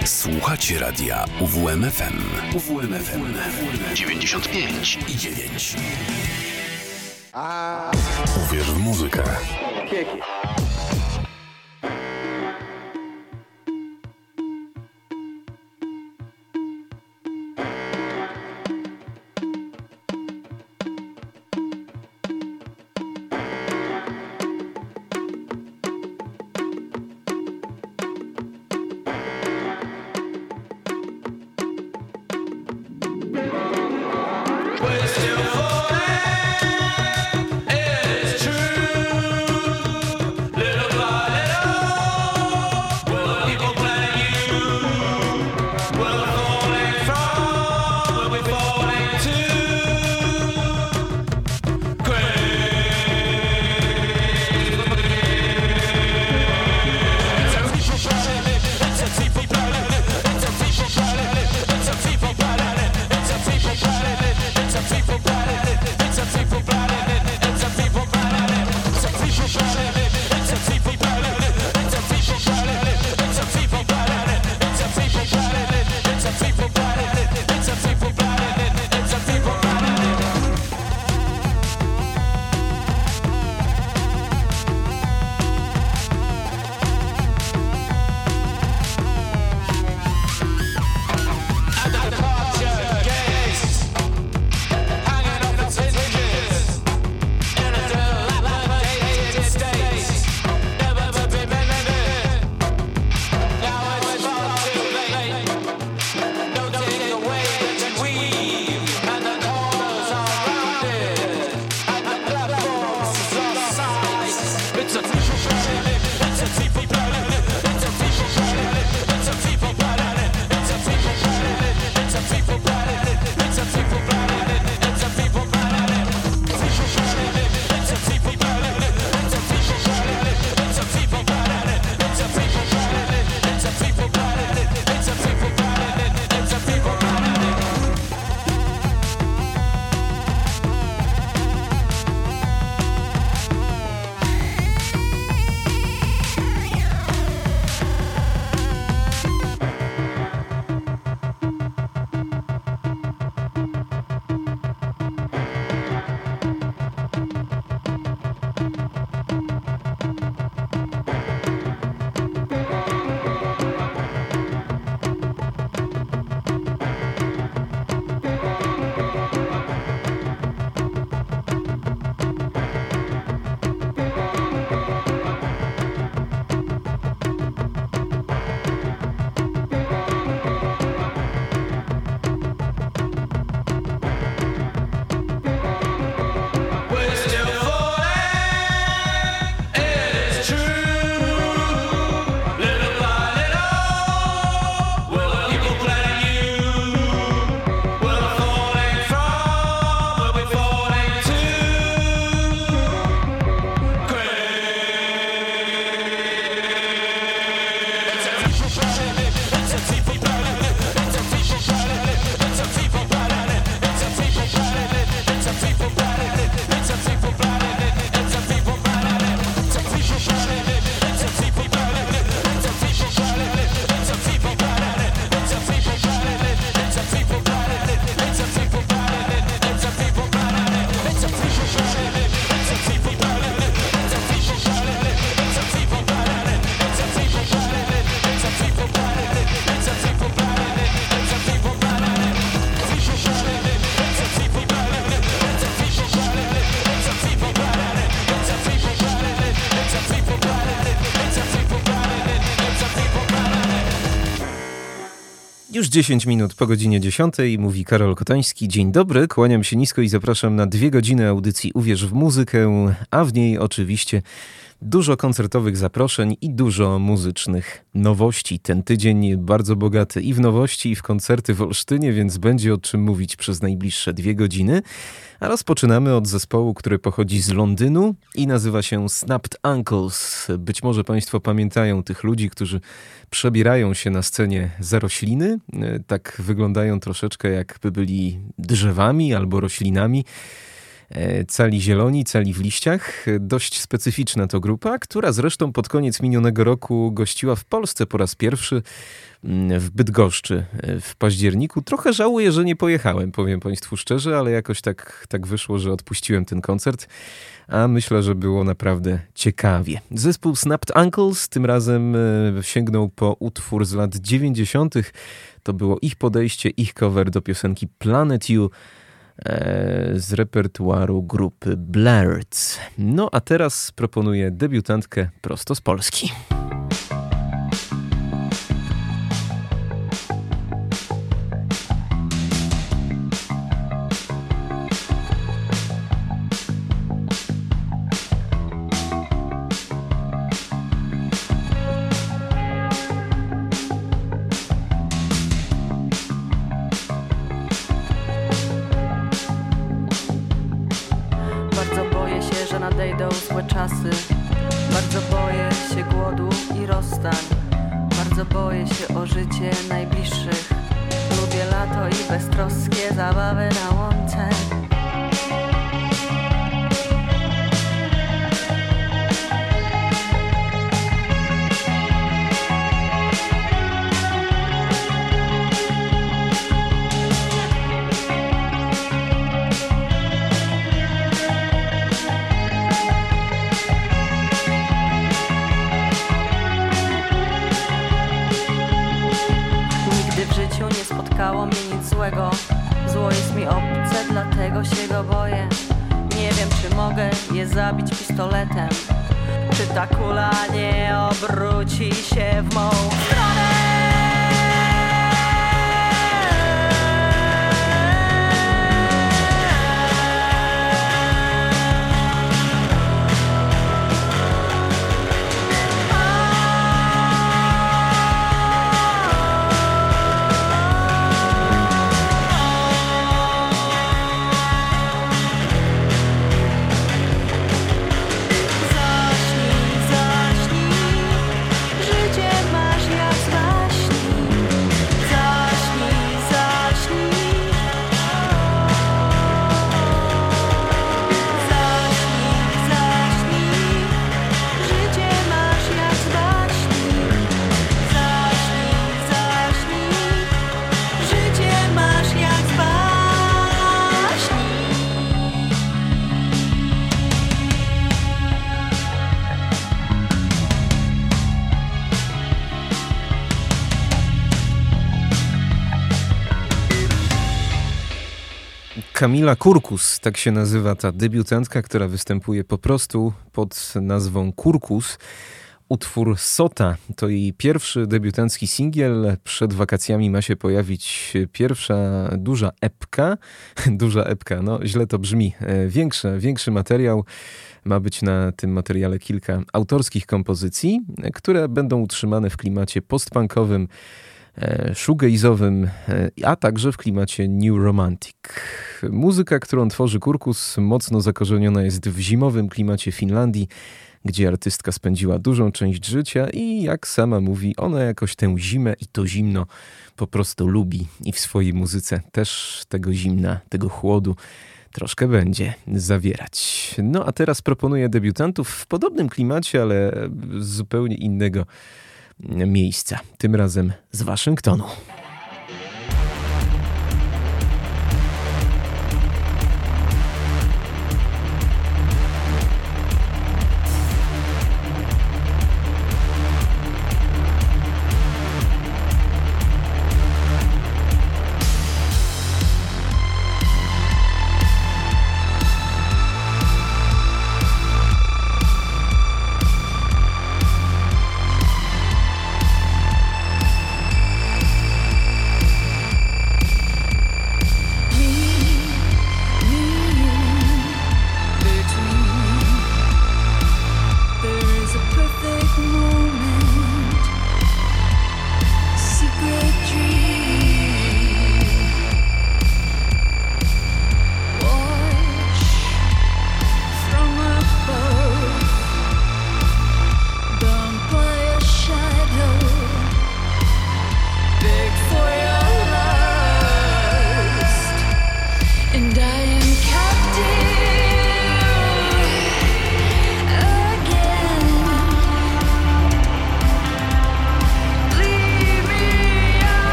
Słuchacie radia UWMFM. UWMFM 95,9. Uwierz w muzykę. Już 10 minut po godzinie 10 mówi Karol Kotański. Dzień dobry, kłaniam się nisko i zapraszam na 2 godziny audycji Uwierz w muzykę, a w niej oczywiście dużo koncertowych zaproszeń i dużo muzycznych nowości. Ten tydzień bardzo bogaty i w nowości, i w koncerty w Olsztynie, więc będzie o czym mówić przez najbliższe 2 godziny. A rozpoczynamy od zespołu, który pochodzi z Londynu i nazywa się Snapped Ankles. Być może Państwo pamiętają tych ludzi, którzy przebierają się na scenie za rośliny. Tak wyglądają troszeczkę jakby byli drzewami albo roślinami. Cali Zieloni, Cali w liściach. Dość specyficzna to grupa, która zresztą pod koniec minionego roku gościła w Polsce po raz pierwszy w Bydgoszczy w październiku. Trochę żałuję, że nie pojechałem, powiem Państwu szczerze, ale jakoś tak wyszło, że odpuściłem ten koncert, a myślę, że było naprawdę ciekawie. Zespół Snapped Ankles tym razem sięgnął po utwór z lat 90. To było ich podejście, ich cover do piosenki Planet You z repertuaru grupy Blurred. No a teraz proponuję debiutantkę prosto z Polski. Złe czasy. Bardzo boję się głodu i rozstań. Bardzo boję się o życie najbliższych. Lubię lato i beztroskie zabawy na łące. Spotkało mnie nic złego. Zło jest mi obce, dlatego się go boję. Nie wiem, czy mogę je zabić pistoletem. Czy ta kula nie obróci się w mą stronę? Kamila Kurkus, tak się nazywa ta debiutantka, która występuje po prostu pod nazwą Kurkus. Utwór Sota to jej pierwszy debiutancki singiel. Przed wakacjami ma się pojawić pierwsza duża epka. Duża epka, no źle to brzmi. Większy materiał. Ma być na tym materiale kilka autorskich kompozycji, które będą utrzymane w klimacie postpunkowym, shoegazowym, a także w klimacie New Romantic. Muzyka, którą tworzy Kurkus, mocno zakorzeniona jest w zimowym klimacie Finlandii, gdzie artystka spędziła dużą część życia i jak sama mówi, ona jakoś tę zimę i to zimno po prostu lubi i w swojej muzyce też tego zimna, tego chłodu troszkę będzie zawierać. No a teraz proponuję debiutantów w podobnym klimacie, ale z zupełnie innego miejsca, tym razem z Waszyngtonu.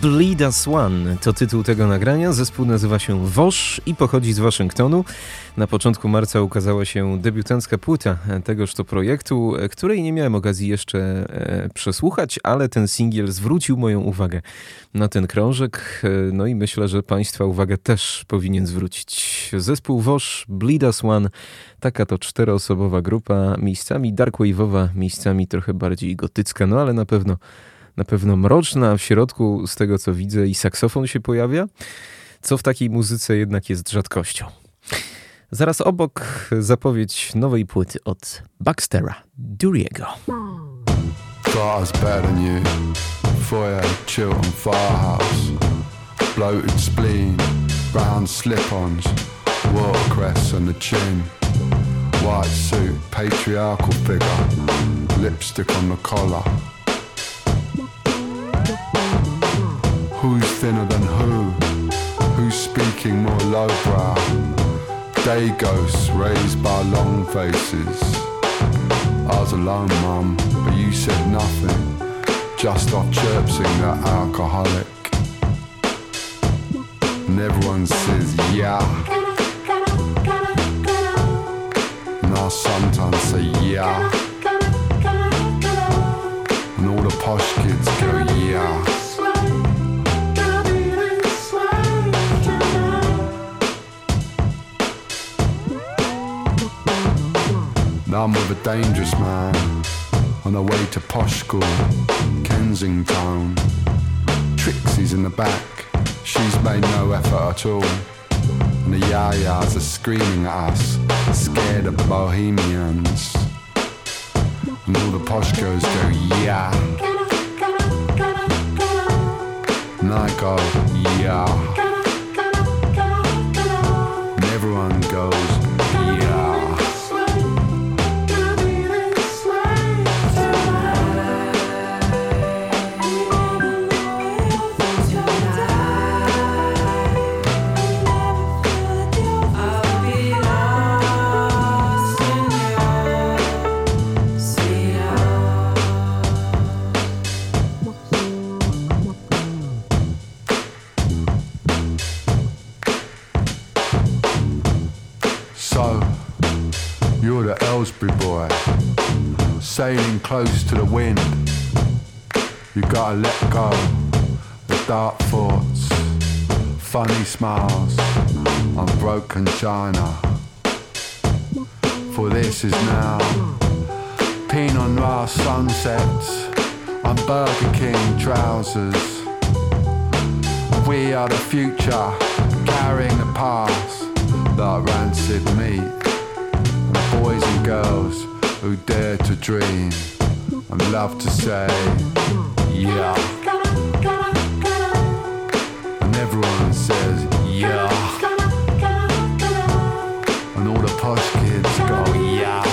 Bleed Us One to tytuł tego nagrania. Zespół nazywa się Wosh i pochodzi z Waszyngtonu. Na początku marca ukazała się debiutancka płyta tegoż to projektu, której nie miałem okazji jeszcze przesłuchać, ale ten singiel zwrócił moją uwagę na ten krążek. No i myślę, że Państwa uwagę też powinien zwrócić. Zespół Wosh, Bleed Us One, taka to 4-osobowa grupa, miejscami darkwave'owa, miejscami trochę bardziej gotycka, no ale na pewno mroczna w środku, z tego co widzę, i saksofon się pojawia, co w takiej muzyce jednak jest rzadkością. Zaraz obok zapowiedź nowej płyty od Baxtera Duriego. Thought I was better than you. Foyer, Chiltern Firehouse. Bloated spleen, brown slip-ons, watercress on the chin. White suit, patriarchal figure, lipstick on the collar. Who's thinner than who? Who's speaking more lowbrow? Day ghosts raised by long faces. I was alone, mum, but you said nothing. Just off chirpsing that alcoholic. And everyone says, yeah. And I sometimes say, yeah. And all the posh kids go, yeah. Now I'm with a dangerous man on the way to posh school, Kensington. Trixie's in the back, she's made no effort at all. And the yayas are screaming at us, scared of the bohemians. And all the posh girls go, yeah. And I go, yeah. And everyone goes, yeah. You're the Aylesbury boy, sailing close to the wind. You gotta let go the dark thoughts, funny smiles, and broken china. For this is now Pinot Noir sunsets and Burger King trousers. We are the future, carrying the past like rancid meat. Boys and girls who dare to dream and love to say, yeah. And everyone says, yeah. And all the posh kids go, yeah.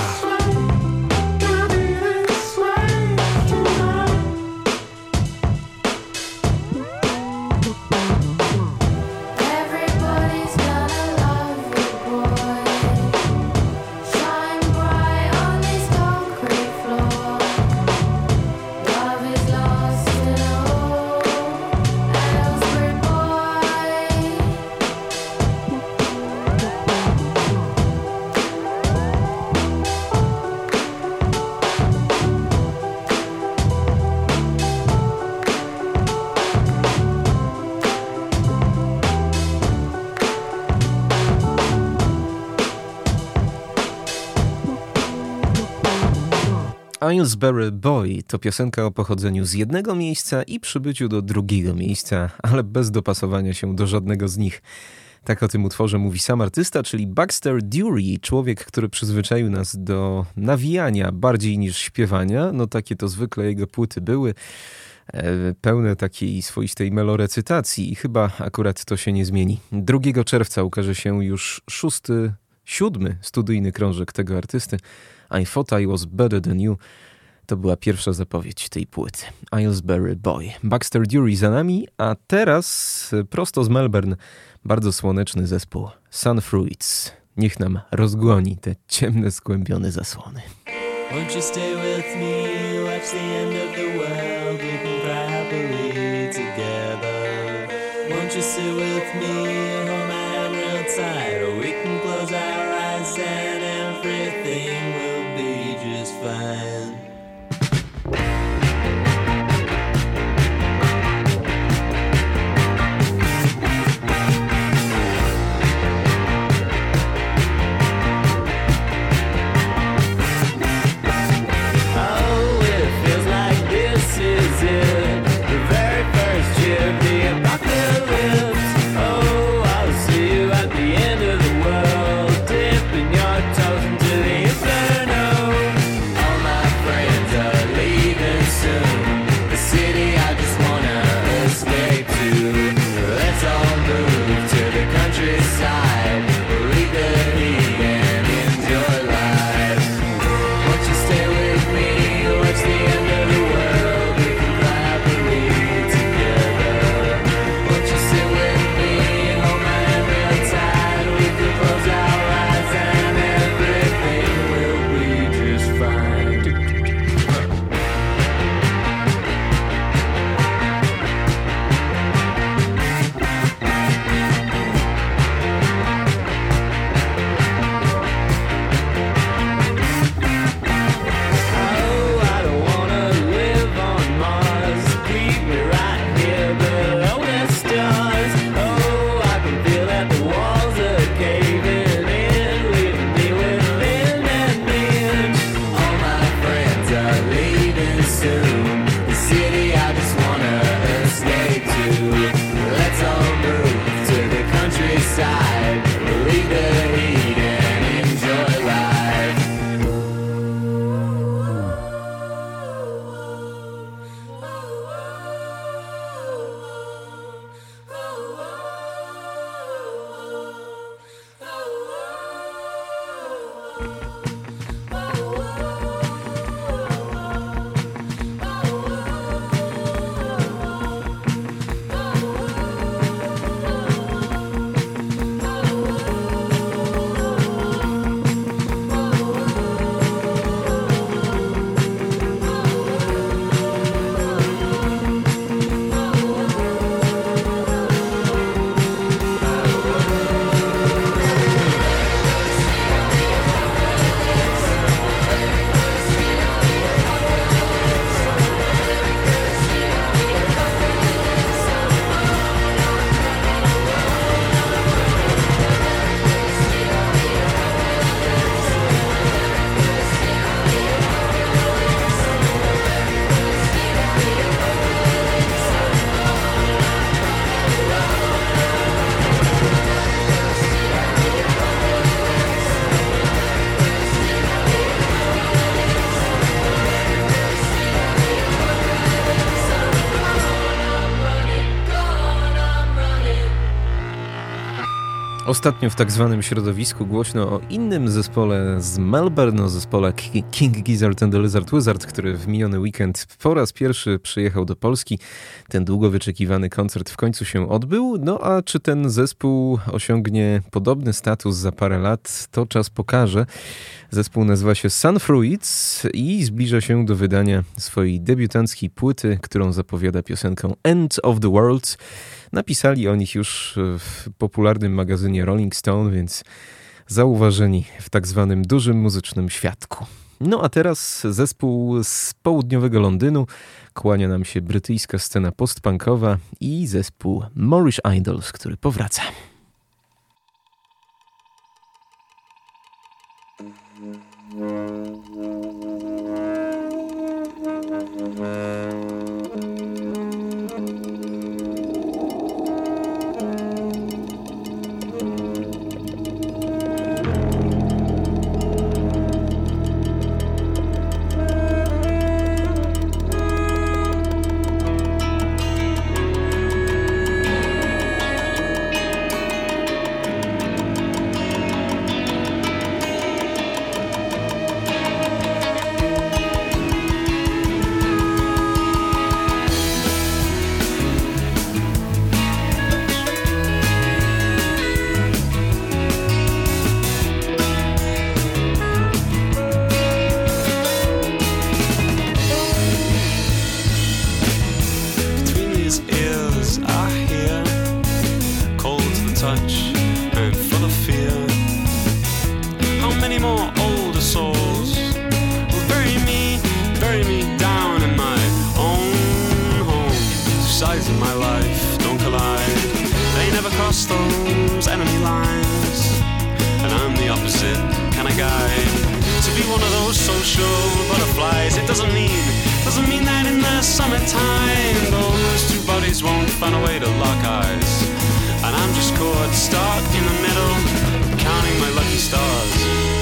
Aylesbury Boy to piosenka o pochodzeniu z jednego miejsca i przybyciu do drugiego miejsca, ale bez dopasowania się do żadnego z nich. Tak o tym utworze mówi sam artysta, czyli Baxter Dury, człowiek, który przyzwyczaił nas do nawijania bardziej niż śpiewania. No takie to zwykle jego płyty były, pełne takiej swoistej melorecytacji i chyba akurat to się nie zmieni. 2 czerwca ukaże się już 7. studyjny krążek tego artysty. I Thought I Was Better Than You to była pierwsza zapowiedź tej płyty. Aylesbury Boy. Baxter Dury za nami, a teraz prosto z Melbourne bardzo słoneczny zespół Sun Fruits. Niech nam rozgłoni te ciemne, skłębione zasłony. Won't you stay with me, watch the end of the world, we can cry happily together. Won't you sit with me, hold my hand real tight, or we can close our eyes and everything will be just fine. Ostatnio w tak zwanym środowisku głośno o innym zespole z Melbourne, o zespole King Gizzard and the Lizard Wizard, który w miniony weekend po raz pierwszy przyjechał do Polski. Ten długo wyczekiwany koncert w końcu się odbył. No a czy ten zespół osiągnie podobny status za parę lat, to czas pokaże. Zespół nazywa się Sunfruits i zbliża się do wydania swojej debiutanckiej płyty, którą zapowiada piosenką End of the World. Napisali o nich już w popularnym magazynie Rolling Stone, więc zauważeni w tak zwanym dużym muzycznym świadku. No a teraz zespół z południowego Londynu, kłania nam się brytyjska scena postpunkowa i zespół Moorish Idols, który powraca. touch and full of fear. How many more older souls will bury me down in my own home? Two sides of my life don't collide. They never cross those enemy lines, and I'm the opposite kind of guy. To be one of those social butterflies, it doesn't mean that in the summertime those two bodies won't find a way to lock eyes. And I'm just caught stuck in the middle, counting my lucky stars.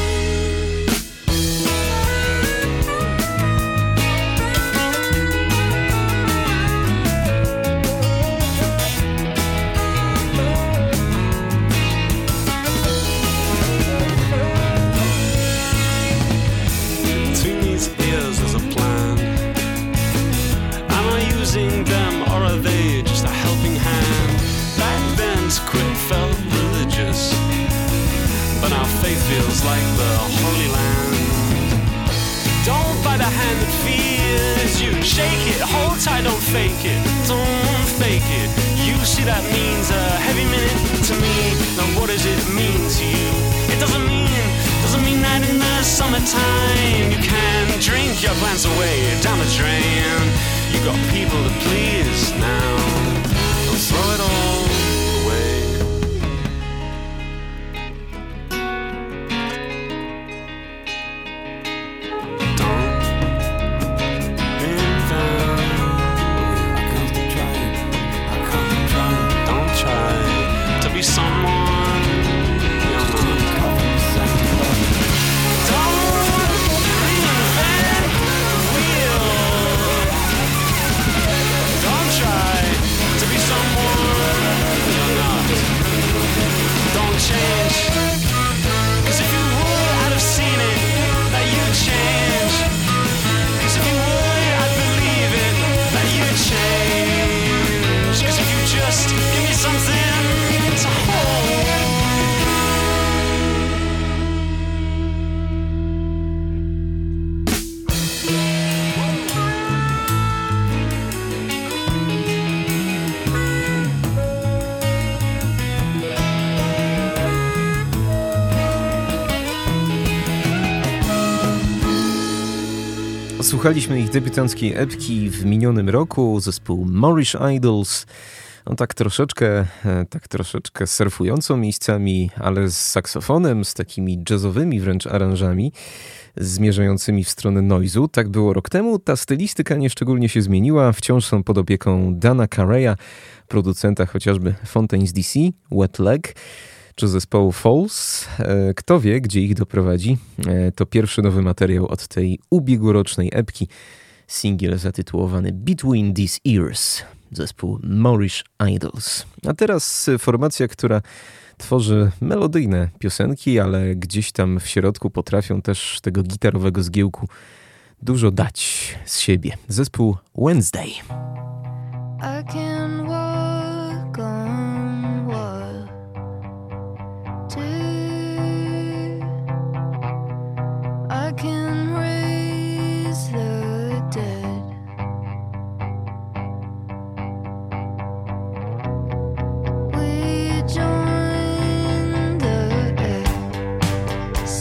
Feels like the Holy Land. Don't bite the hand that fears you. Shake it, hold tight, don't fake it. Don't fake it. You see that means a heavy minute to me. Now what does it mean to you? It doesn't mean that in the summertime you can drink your plans away down the drain. You got people to please now. Don't throw it all away. Słuchaliśmy ich debiutanckiej epki w minionym roku, zespół Moorish Idols. On tak troszeczkę surfującą miejscami, ale z saksofonem, z takimi jazzowymi wręcz aranżami, zmierzającymi w stronę noizu. Tak było rok temu. Ta stylistyka nieszczególnie się zmieniła. Wciąż są pod opieką Dana Carreya, producenta chociażby Fontaines DC, Wet Leg, czy zespołu Falls. Kto wie, gdzie ich doprowadzi. To pierwszy nowy materiał od tej ubiegłorocznej epki. Singiel zatytułowany Between These Ears. Zespół Moorish Idols. A teraz formacja, która tworzy melodyjne piosenki, ale gdzieś tam w środku potrafią też tego gitarowego zgiełku dużo dać z siebie. Zespół Wednesday. I can walk on water too. I can raise the dead. We join the exodus,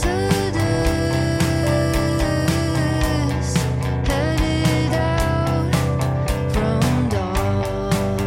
headed out from dark.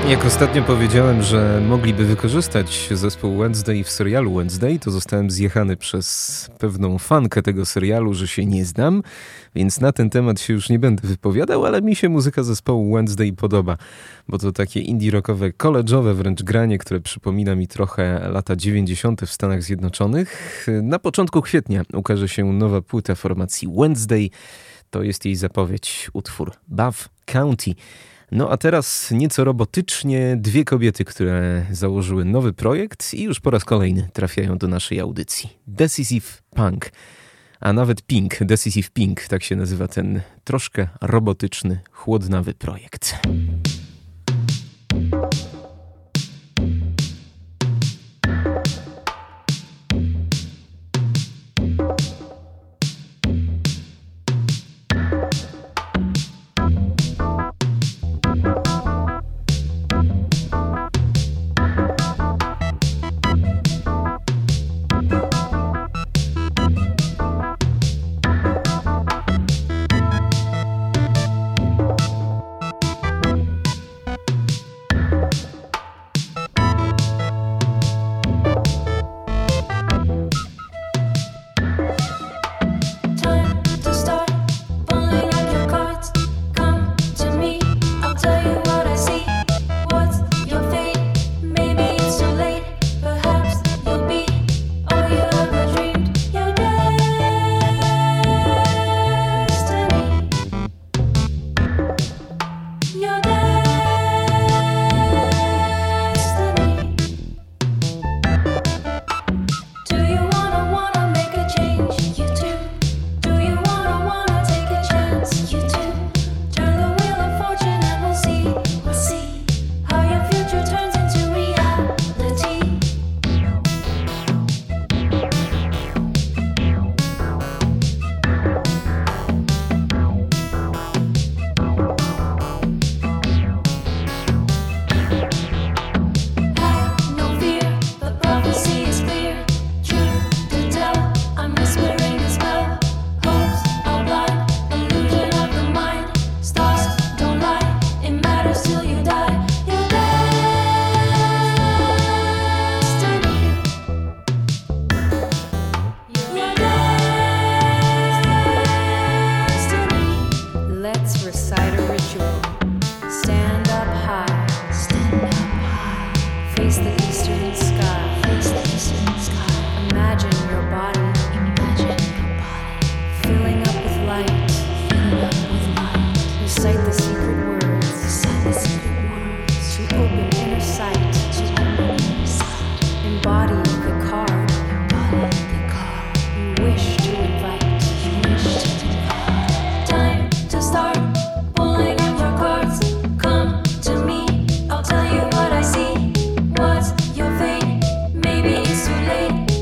Jak ostatnio powiedziałem, że mogliby wykorzystać zespół Wednesday w serialu Wednesday, to zostałem zjechany przez pewną fankę tego serialu, że się nie znam, więc na ten temat się już nie będę wypowiadał, ale mi się muzyka zespołu Wednesday podoba, bo to takie indie rockowe, college'owe wręcz granie, które przypomina mi trochę lata 90. w Stanach Zjednoczonych. Na początku kwietnia ukaże się nowa płyta formacji Wednesday, to jest jej zapowiedź, utwór Bath County. No a teraz nieco robotycznie dwie kobiety, które założyły nowy projekt i już po raz kolejny trafiają do naszej audycji. Decisive Punk, a nawet Pink, Decisive Pink, tak się nazywa ten troszkę robotyczny, chłodnawy projekt. Maybe it's too late.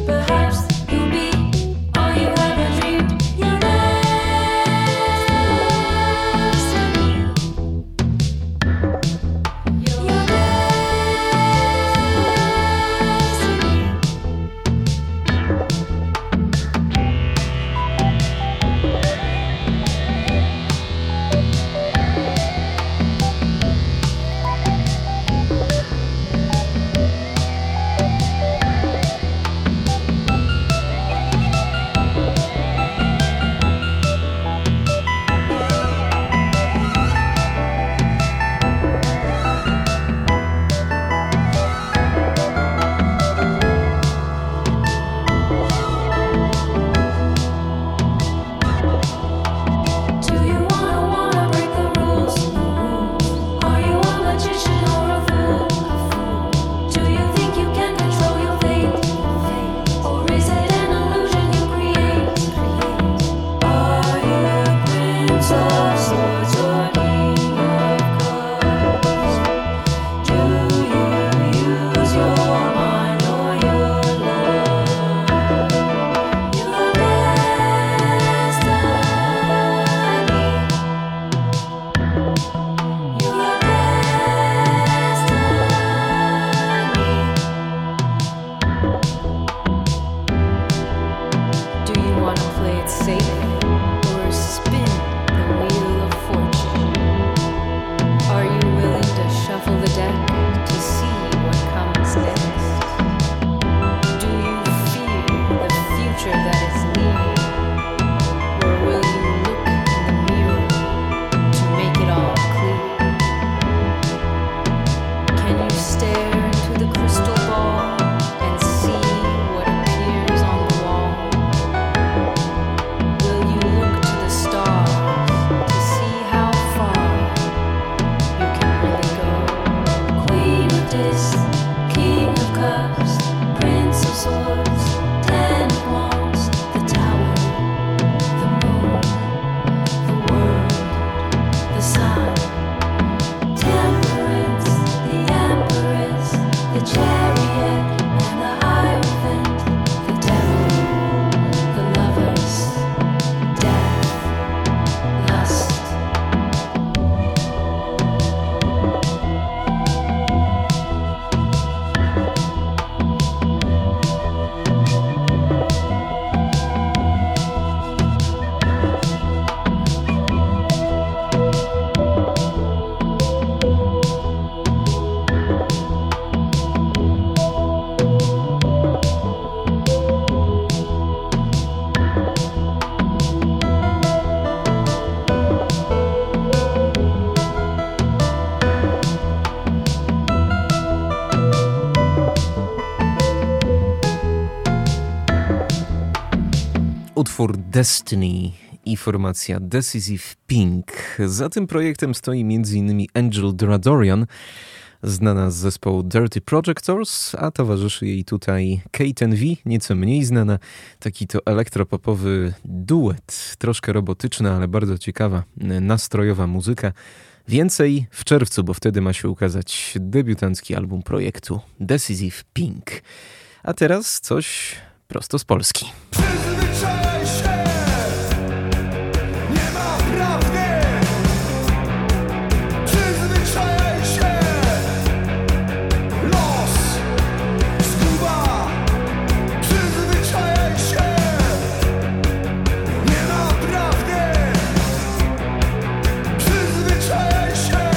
Utwór Destiny i formacja Decisive Pink. Za tym projektem stoi m.in. Angel Dradorian, znana z zespołu Dirty Projectors, a towarzyszy jej tutaj Kate NV, nieco mniej znana. Taki to elektropopowy duet, troszkę robotyczna, ale bardzo ciekawa, nastrojowa muzyka. Więcej w czerwcu, bo wtedy ma się ukazać debiutancki album projektu Decisive Pink. A teraz coś prosto z Polski. Przyzwyczaj się, nie ma prawdy. Przyzwyczaj się, los, zguba. Przyzwyczaj się, nie ma prawdy. Przyzwyczaj się,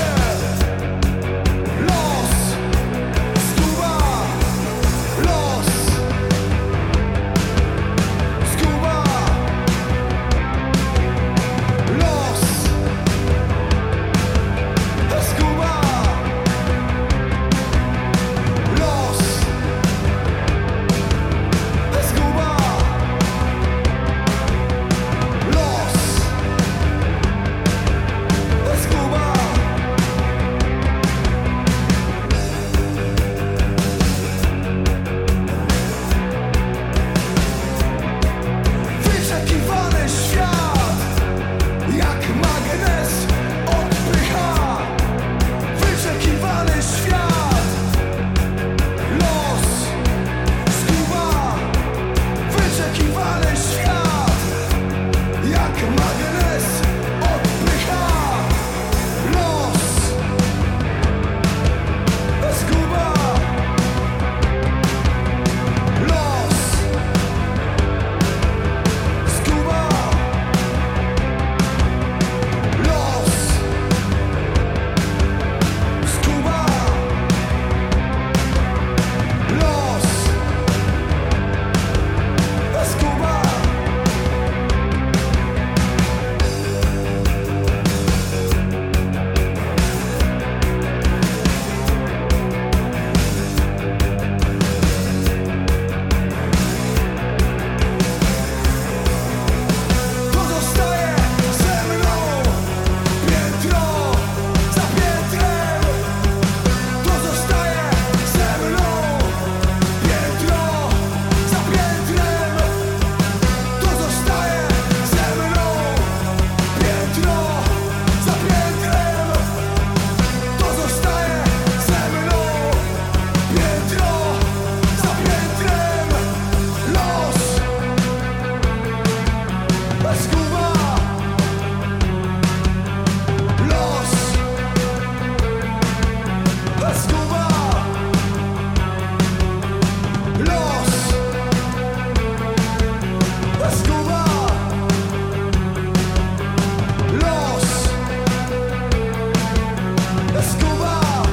los, zguba, los. Zguba, los, zguba, los, zguba, los, zguba. Wyczekiwany świat jak magnes odpycha. Wyczekiwany świat, los, zguba. Wyczekiwany świat jak magnes odpycha. Los, zguba. Los, zguba, los, zguba, los, zguba. Pozostaje ze mną piętro za piętrem. Pozostaje ze mną piętro za piętrem. Pozostaje ze mną piętro za piętrem. Pozostaje ze mną piętro za piętrem. Los, zguba, los, zguba, los, zguba, los, zguba.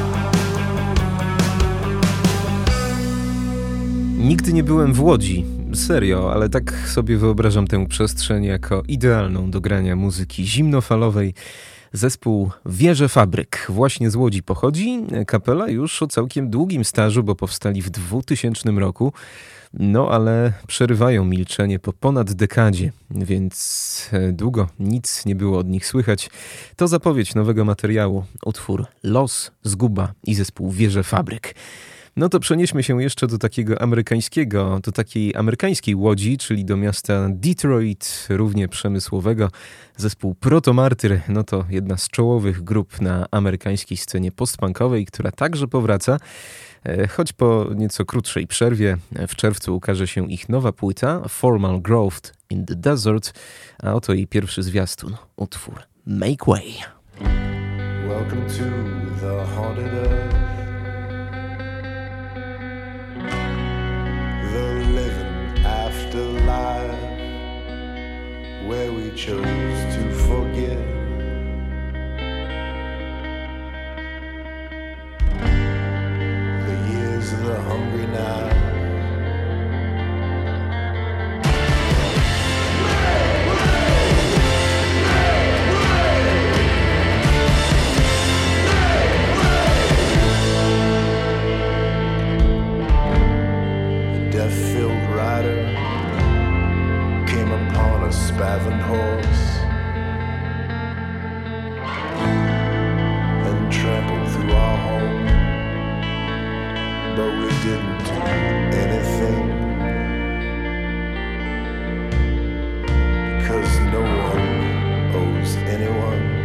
Nigdy nie byłem w Łodzi, serio, ale tak sobie wyobrażam tę przestrzeń jako idealną do grania muzyki zimnofalowej. Zespół Wieże Fabryk właśnie z Łodzi pochodzi. Kapela już o całkiem długim stażu, bo powstali w 2000 roku. No ale przerywają milczenie po ponad dekadzie, więc długo nic nie było od nich słychać. To zapowiedź nowego materiału, utwór Los, Zguba i zespół Wieże Fabryk. No to przenieśmy się jeszcze do takiej amerykańskiej Łodzi, czyli do miasta Detroit, równie przemysłowego. Zespół Protomartyr, no to jedna z czołowych grup na amerykańskiej scenie postpunkowej, która także powraca, choć po nieco krótszej przerwie. W czerwcu ukaże się ich nowa płyta Formal Growth in the Desert, a oto jej pierwszy zwiastun, utwór Make Way. Welcome to the haunted earth, the living afterlife, where we chose to forget. The years of the hungry night. Death-filled rider came upon enlivened horse and trampled through our home, but we didn't do anything because no one owes anyone.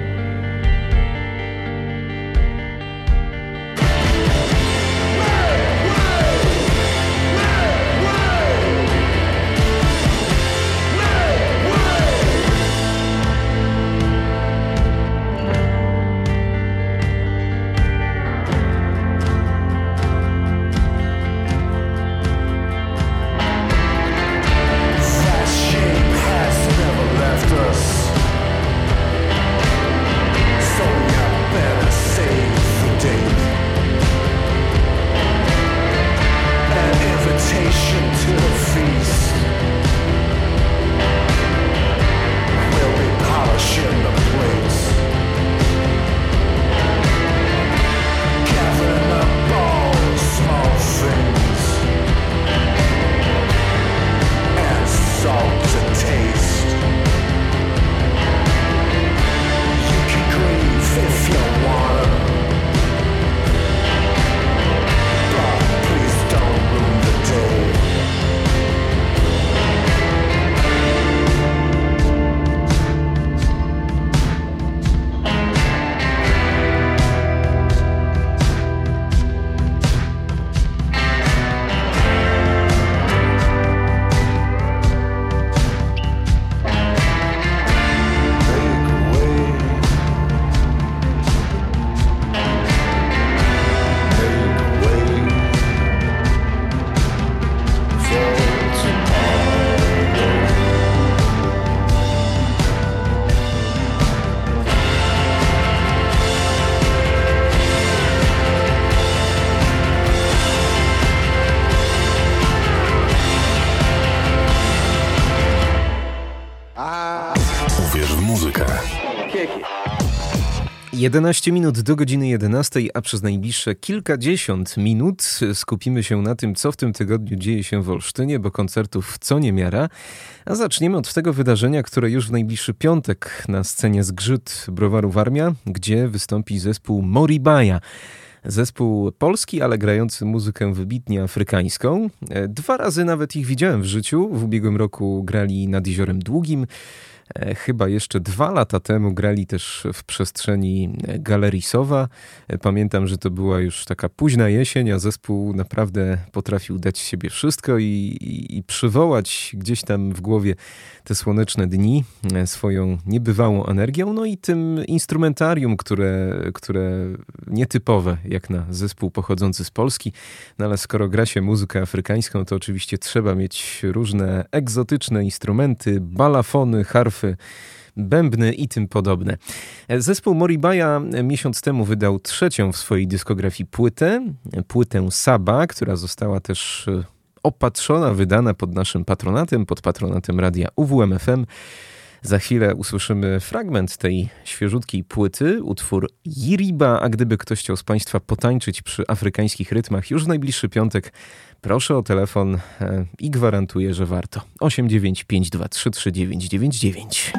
Uwierz w muzykę. 11 minut do godziny 11, a przez najbliższe kilkadziesiąt minut skupimy się na tym, co w tym tygodniu dzieje się w Olsztynie, bo koncertów co niemiara. A zaczniemy od tego wydarzenia, które już w najbliższy piątek na scenie Zgrzyt Browaru Warmia, gdzie wystąpi zespół Moribaja. Zespół polski, ale grający muzykę wybitnie afrykańską. 2 razy nawet ich widziałem w życiu. W ubiegłym roku grali nad Jeziorem Długim. Chyba jeszcze 2 lata temu grali też w przestrzeni Galerii Sowa. Pamiętam, że to była już taka późna jesień, a zespół naprawdę potrafił dać z siebie wszystko i przywołać gdzieś tam w głowie te słoneczne dni swoją niebywałą energią, no i tym instrumentarium, które nietypowe jak na zespół pochodzący z Polski, no ale skoro gra się muzykę afrykańską, to oczywiście trzeba mieć różne egzotyczne instrumenty, balafony, harfy, bębny i tym podobne. Zespół Moribaja miesiąc temu wydał 3. w swojej dyskografii płytę Saba, która została też opatrzona, wydana pod naszym patronatem, pod patronatem radia UWMFM. Za chwilę usłyszymy fragment tej świeżutkiej płyty, utwór Yiriba, a gdyby ktoś chciał z Państwa potańczyć przy afrykańskich rytmach już w najbliższy piątek, proszę o telefon i gwarantuję, że warto. 895233999.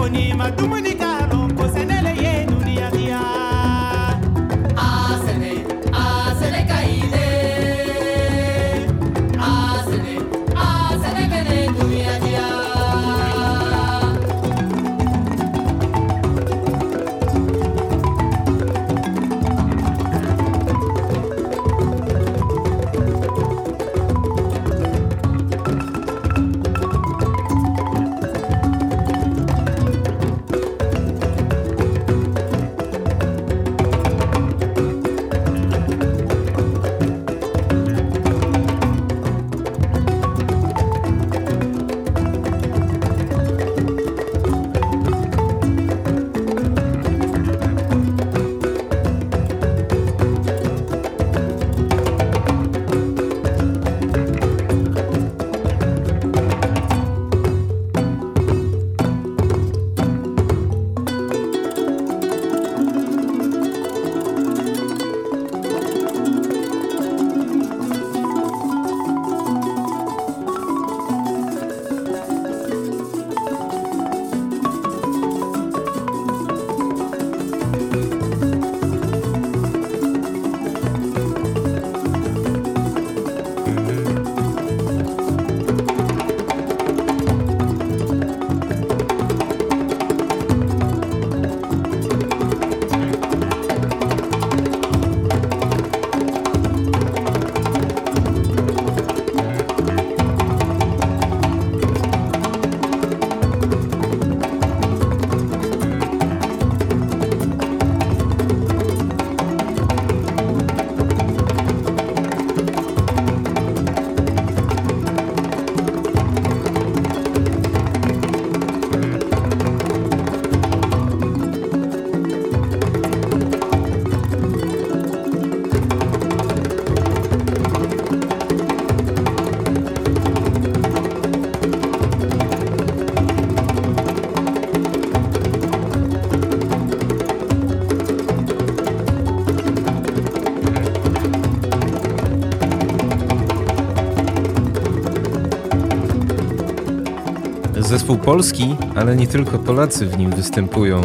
Zespół polski, ale nie tylko Polacy w nim występują.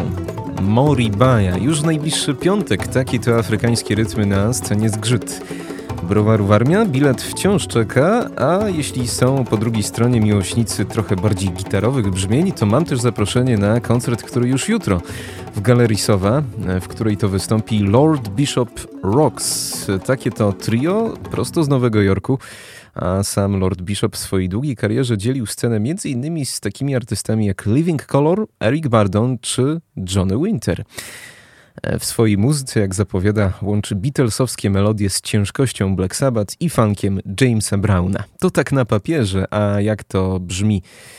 Moribaja, już w najbliższy piątek, takie to afrykańskie rytmy na scenie Zgrzyt. Browaru Warmia, bilet wciąż czeka, a jeśli są po drugiej stronie miłośnicy trochę bardziej gitarowych brzmień, to mam też zaproszenie na koncert, który już jutro w Galerii Sowa, w której to wystąpi Lord Bishop Rocks. Takie to trio prosto z Nowego Jorku, a sam Lord Bishop w swojej długiej karierze dzielił scenę m.in. z takimi artystami jak Living Colour, Eric Burdon czy Johnny Winter. W swojej muzyce, jak zapowiada, łączy beatlesowskie melodie z ciężkością Black Sabbath i funkiem Jamesa Browna. To tak na papierze, a jak to brzmi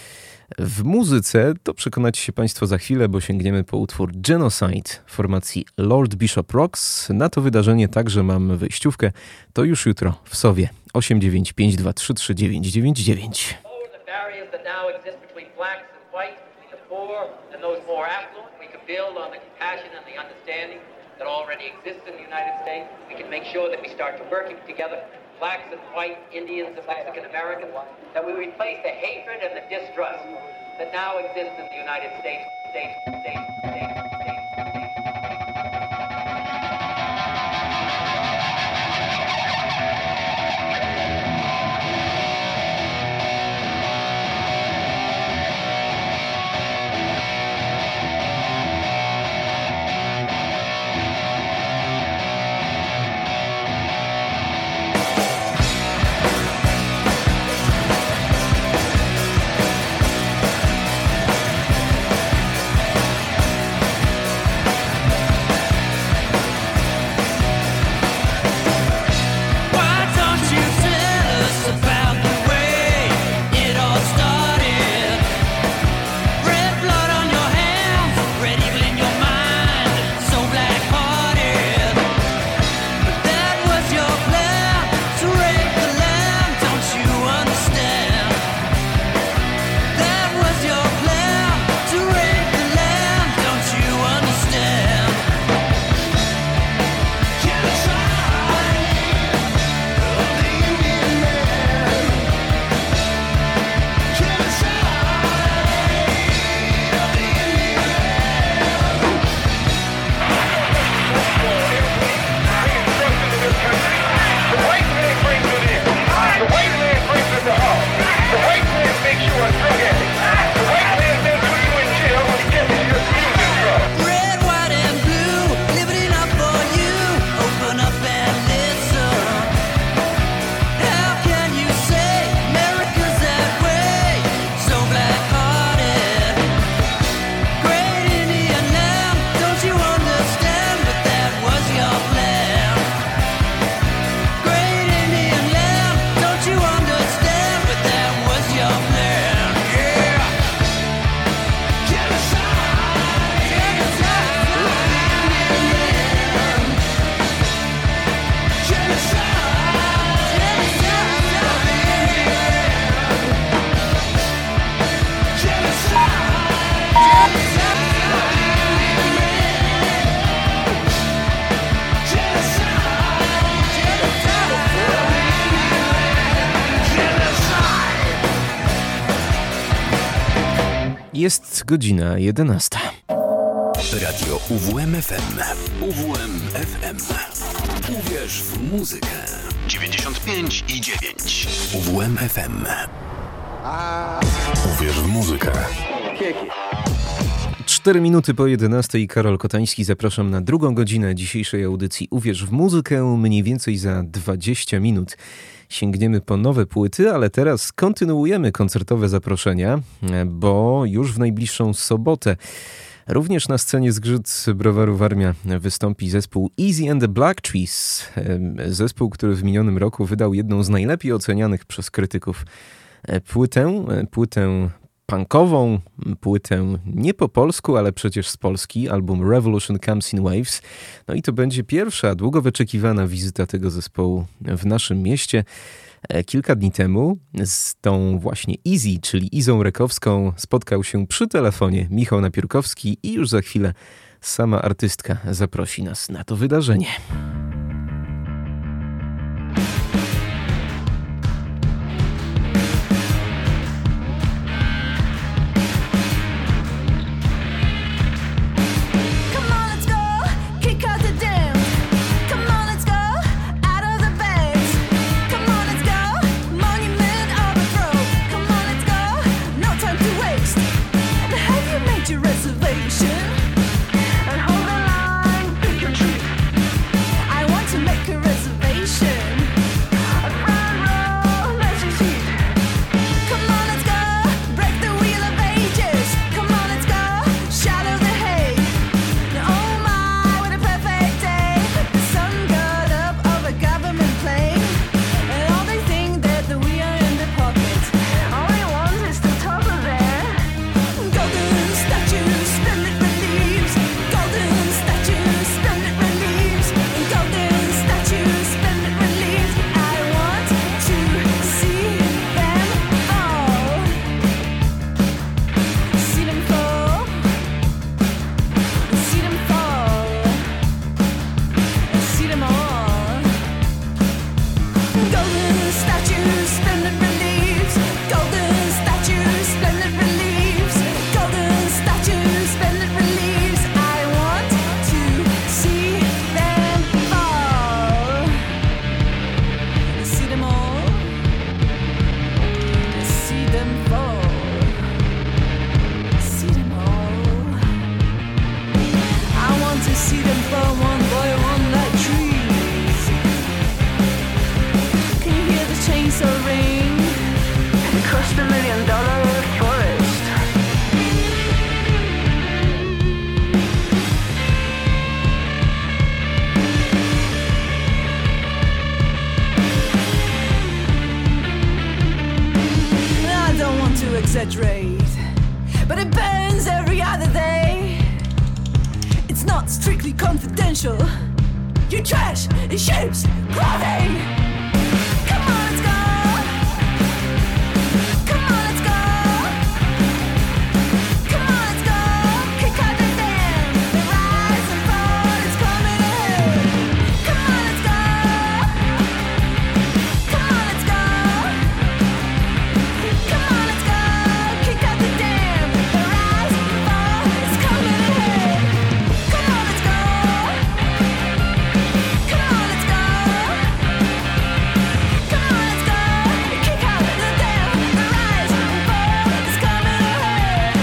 w muzyce, to przekonacie się Państwo za chwilę, bo sięgniemy po utwór Genocide formacji Lord Bishop Rocks. Na to wydarzenie także mam wyjściówkę. To już jutro w Sowie 895233999. Build on the compassion and the understanding that already exists in the United States. We can make sure that we start working together, blacks and white, Indians and Mexican Americans, that we replace the hatred and the distrust that now exists in the United States. Jest godzina 11. Radio UWMFM. UWMFM. Uwierz w muzykę. 95,9. UWMFM. Uwierz w muzykę. 4 minuty po 11. Karol Kotański, zapraszam na drugą godzinę dzisiejszej audycji Uwierz w muzykę. Mniej więcej za 20 minut sięgniemy po nowe płyty, ale teraz kontynuujemy koncertowe zaproszenia, bo już w najbliższą sobotę również na scenie Zgrzyt Browaru Warmia wystąpi zespół Easy and the Black Trees. Zespół, który w minionym roku wydał jedną z najlepiej ocenianych przez krytyków płytę punkową, płytę nie po polsku, ale przecież z Polski, album Revolution Comes in Waves. No i to będzie pierwsza, długo wyczekiwana wizyta tego zespołu w naszym mieście. Kilka dni temu z tą właśnie Easy, czyli Izą Rekowską, spotkał się przy telefonie Michał Napiórkowski i już za chwilę sama artystka zaprosi nas na to wydarzenie. But it burns every other day. It's not strictly confidential. You trash, it shapes, clothing. Come on, let's go. Come on, let's go. Come on, let's go. Kick out the dam. The rise and fall is coming ahead. Come on, let's go. Come on, let's go. Come on, let's go. Kick out the dam. The rise and fall is coming ahead. Come on, let's go. Come on, let's go. Come on, let's go. Kick out the dam. The rise and fall is coming ahead.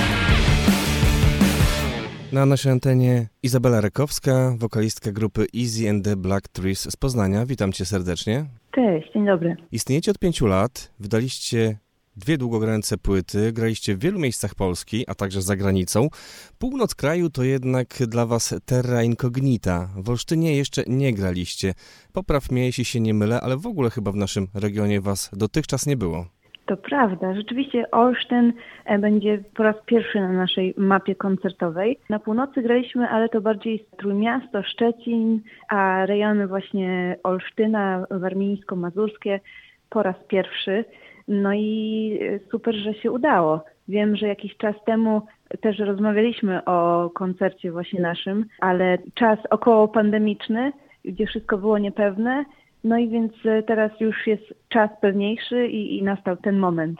Na naszej antenie Izabela Rekowska, wokalistka grupy Easy and the Black Trees z Poznania. Witam cię serdecznie. Cześć, dzień dobry. Istniejecie od 5 lat, wydaliście 2 długogrające płyty, graliście w wielu miejscach Polski, a także za granicą. Północ kraju to jednak dla was terra incognita. W Olsztynie jeszcze nie graliście. Popraw mnie, jeśli się nie mylę, ale w ogóle chyba w naszym regionie was dotychczas nie było. To prawda, rzeczywiście Olsztyn będzie po raz pierwszy na naszej mapie koncertowej. Na północy graliśmy, ale to bardziej Trójmiasto, Szczecin, a rejony właśnie Olsztyna, warmińsko-mazurskie po raz pierwszy. No i super, że się udało. Wiem, że jakiś czas temu też rozmawialiśmy o koncercie właśnie naszym, ale czas około pandemiczny, gdzie wszystko było niepewne. No i więc teraz już jest czas pewniejszy i nastał ten moment.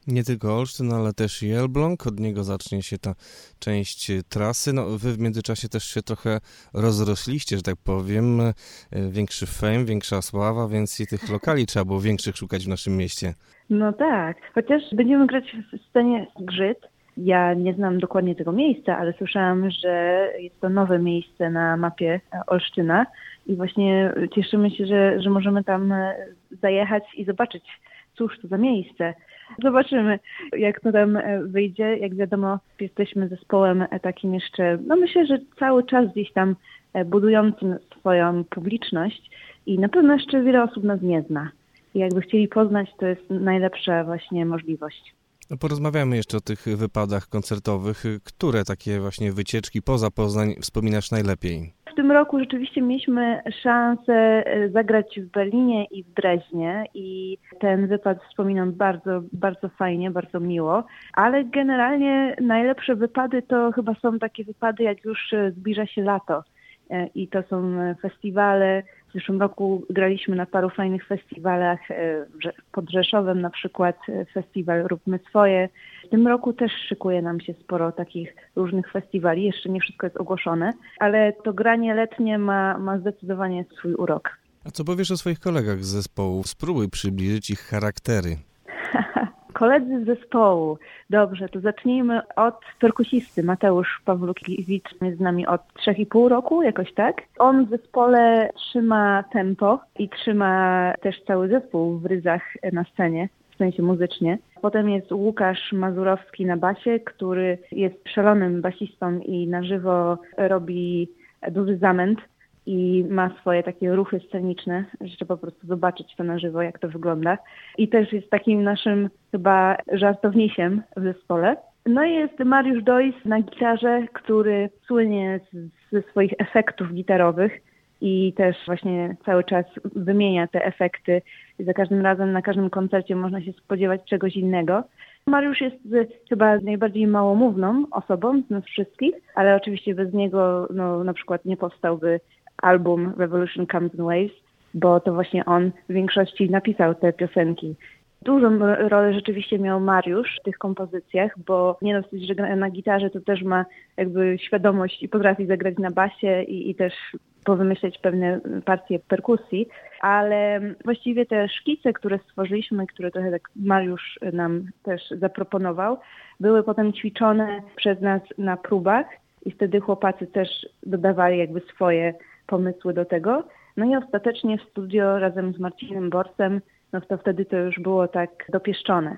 Nie tylko Olsztyn, ale też i Elbląg. Od niego zacznie się ta część trasy. No, wy w międzyczasie też się trochę rozrośliście, że tak powiem. Większy fame, większa sława, więc i tych lokali trzeba było większych szukać w naszym mieście. No tak, chociaż będziemy grać w scenie Grzyt. Ja nie znam dokładnie tego miejsca, ale słyszałam, że jest to nowe miejsce na mapie Olsztyna i właśnie cieszymy się, że możemy tam zajechać i zobaczyć, cóż to za miejsce. Zobaczymy, jak to tam wyjdzie. Jak wiadomo, jesteśmy zespołem takim jeszcze, no myślę, że cały czas gdzieś tam budującym swoją publiczność i na pewno jeszcze wiele osób nas nie zna. I jakby chcieli poznać, to jest najlepsza właśnie możliwość. No porozmawiamy jeszcze o tych wypadach koncertowych. Które takie właśnie wycieczki poza Poznań wspominasz najlepiej? W tym roku rzeczywiście mieliśmy szansę zagrać w Berlinie i w Dreźnie i ten wypad wspominam bardzo, bardzo fajnie, bardzo miło, ale generalnie najlepsze wypady to chyba są takie wypady, jak już zbliża się lato i to są festiwale. W zeszłym roku graliśmy na paru fajnych festiwalach, pod Rzeszowem na przykład festiwal Róbmy Swoje. W tym roku też szykuje nam się sporo takich różnych festiwali, jeszcze nie wszystko jest ogłoszone, ale to granie letnie ma zdecydowanie swój urok. A co powiesz o swoich kolegach z zespołu? Spróbuj przybliżyć ich charaktery. Koledzy z zespołu. Dobrze, to zacznijmy od perkusisty. Mateusz Pawlukiewicz jest z nami od 3,5 roku, jakoś tak. On w zespole trzyma tempo i trzyma też cały zespół w ryzach na scenie, w sensie muzycznie. Potem jest Łukasz Mazurowski na basie, który jest szalonym basistą i na żywo robi duży zamęt i ma swoje takie ruchy sceniczne, że trzeba po prostu zobaczyć to na żywo, jak to wygląda. I też jest takim naszym chyba żartownisiem w zespole. No i jest Mariusz Dojs na gitarze, który słynie ze swoich efektów gitarowych i też właśnie cały czas wymienia te efekty. I za każdym razem, na każdym koncercie można się spodziewać czegoś innego. Mariusz jest chyba najbardziej małomówną osobą z nas wszystkich, ale oczywiście bez niego no, na przykład nie powstałby album Revolution Comes in Waves, bo to właśnie on w większości napisał te piosenki. Dużą rolę rzeczywiście miał Mariusz w tych kompozycjach, bo nie dosyć, że gra na gitarze, to też ma jakby świadomość i potrafi zagrać na basie i też powymyśleć pewne partie perkusji, ale właściwie te szkice, które stworzyliśmy, które trochę tak Mariusz nam też zaproponował, były potem ćwiczone przez nas na próbach i wtedy chłopacy też dodawali jakby swoje pomysły do tego. No i ostatecznie w studio razem z Marcinem Borsem, no to wtedy to już było tak dopieszczone.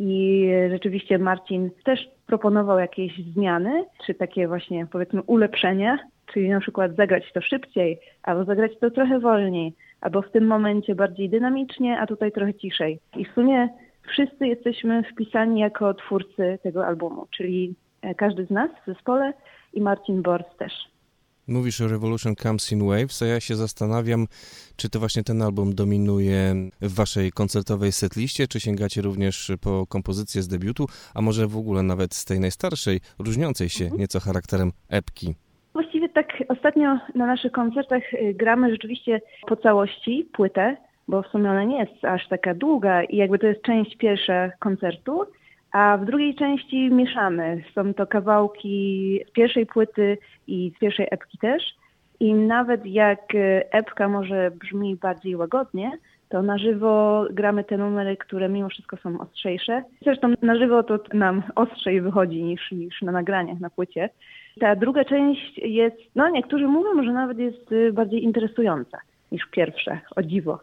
I rzeczywiście Marcin też proponował jakieś zmiany, czy takie właśnie powiedzmy ulepszenia, czyli na przykład zagrać to szybciej, albo zagrać to trochę wolniej, albo w tym momencie bardziej dynamicznie, a tutaj trochę ciszej. I w sumie wszyscy jesteśmy wpisani jako twórcy tego albumu, czyli każdy z nas w zespole i Marcin Bors też. Mówisz o Revolution Comes in Waves, a ja się zastanawiam, czy to właśnie ten album dominuje w waszej koncertowej setliście, czy sięgacie również po kompozycję z debiutu, a może w ogóle nawet z tej najstarszej, różniącej się nieco charakterem epki. Właściwie tak ostatnio na naszych koncertach gramy rzeczywiście po całości płytę, bo w sumie ona nie jest aż taka długa i jakby to jest część pierwsza koncertu, a w drugiej części mieszamy. Są to kawałki z pierwszej płyty i z pierwszej epki też. I nawet jak epka może brzmi bardziej łagodnie, to na żywo gramy te numery, które mimo wszystko są ostrzejsze. Zresztą na żywo to nam ostrzej wychodzi niż na nagraniach na płycie. Ta druga część jest, no niektórzy mówią, że nawet jest bardziej interesująca niż pierwsza, o dziwo,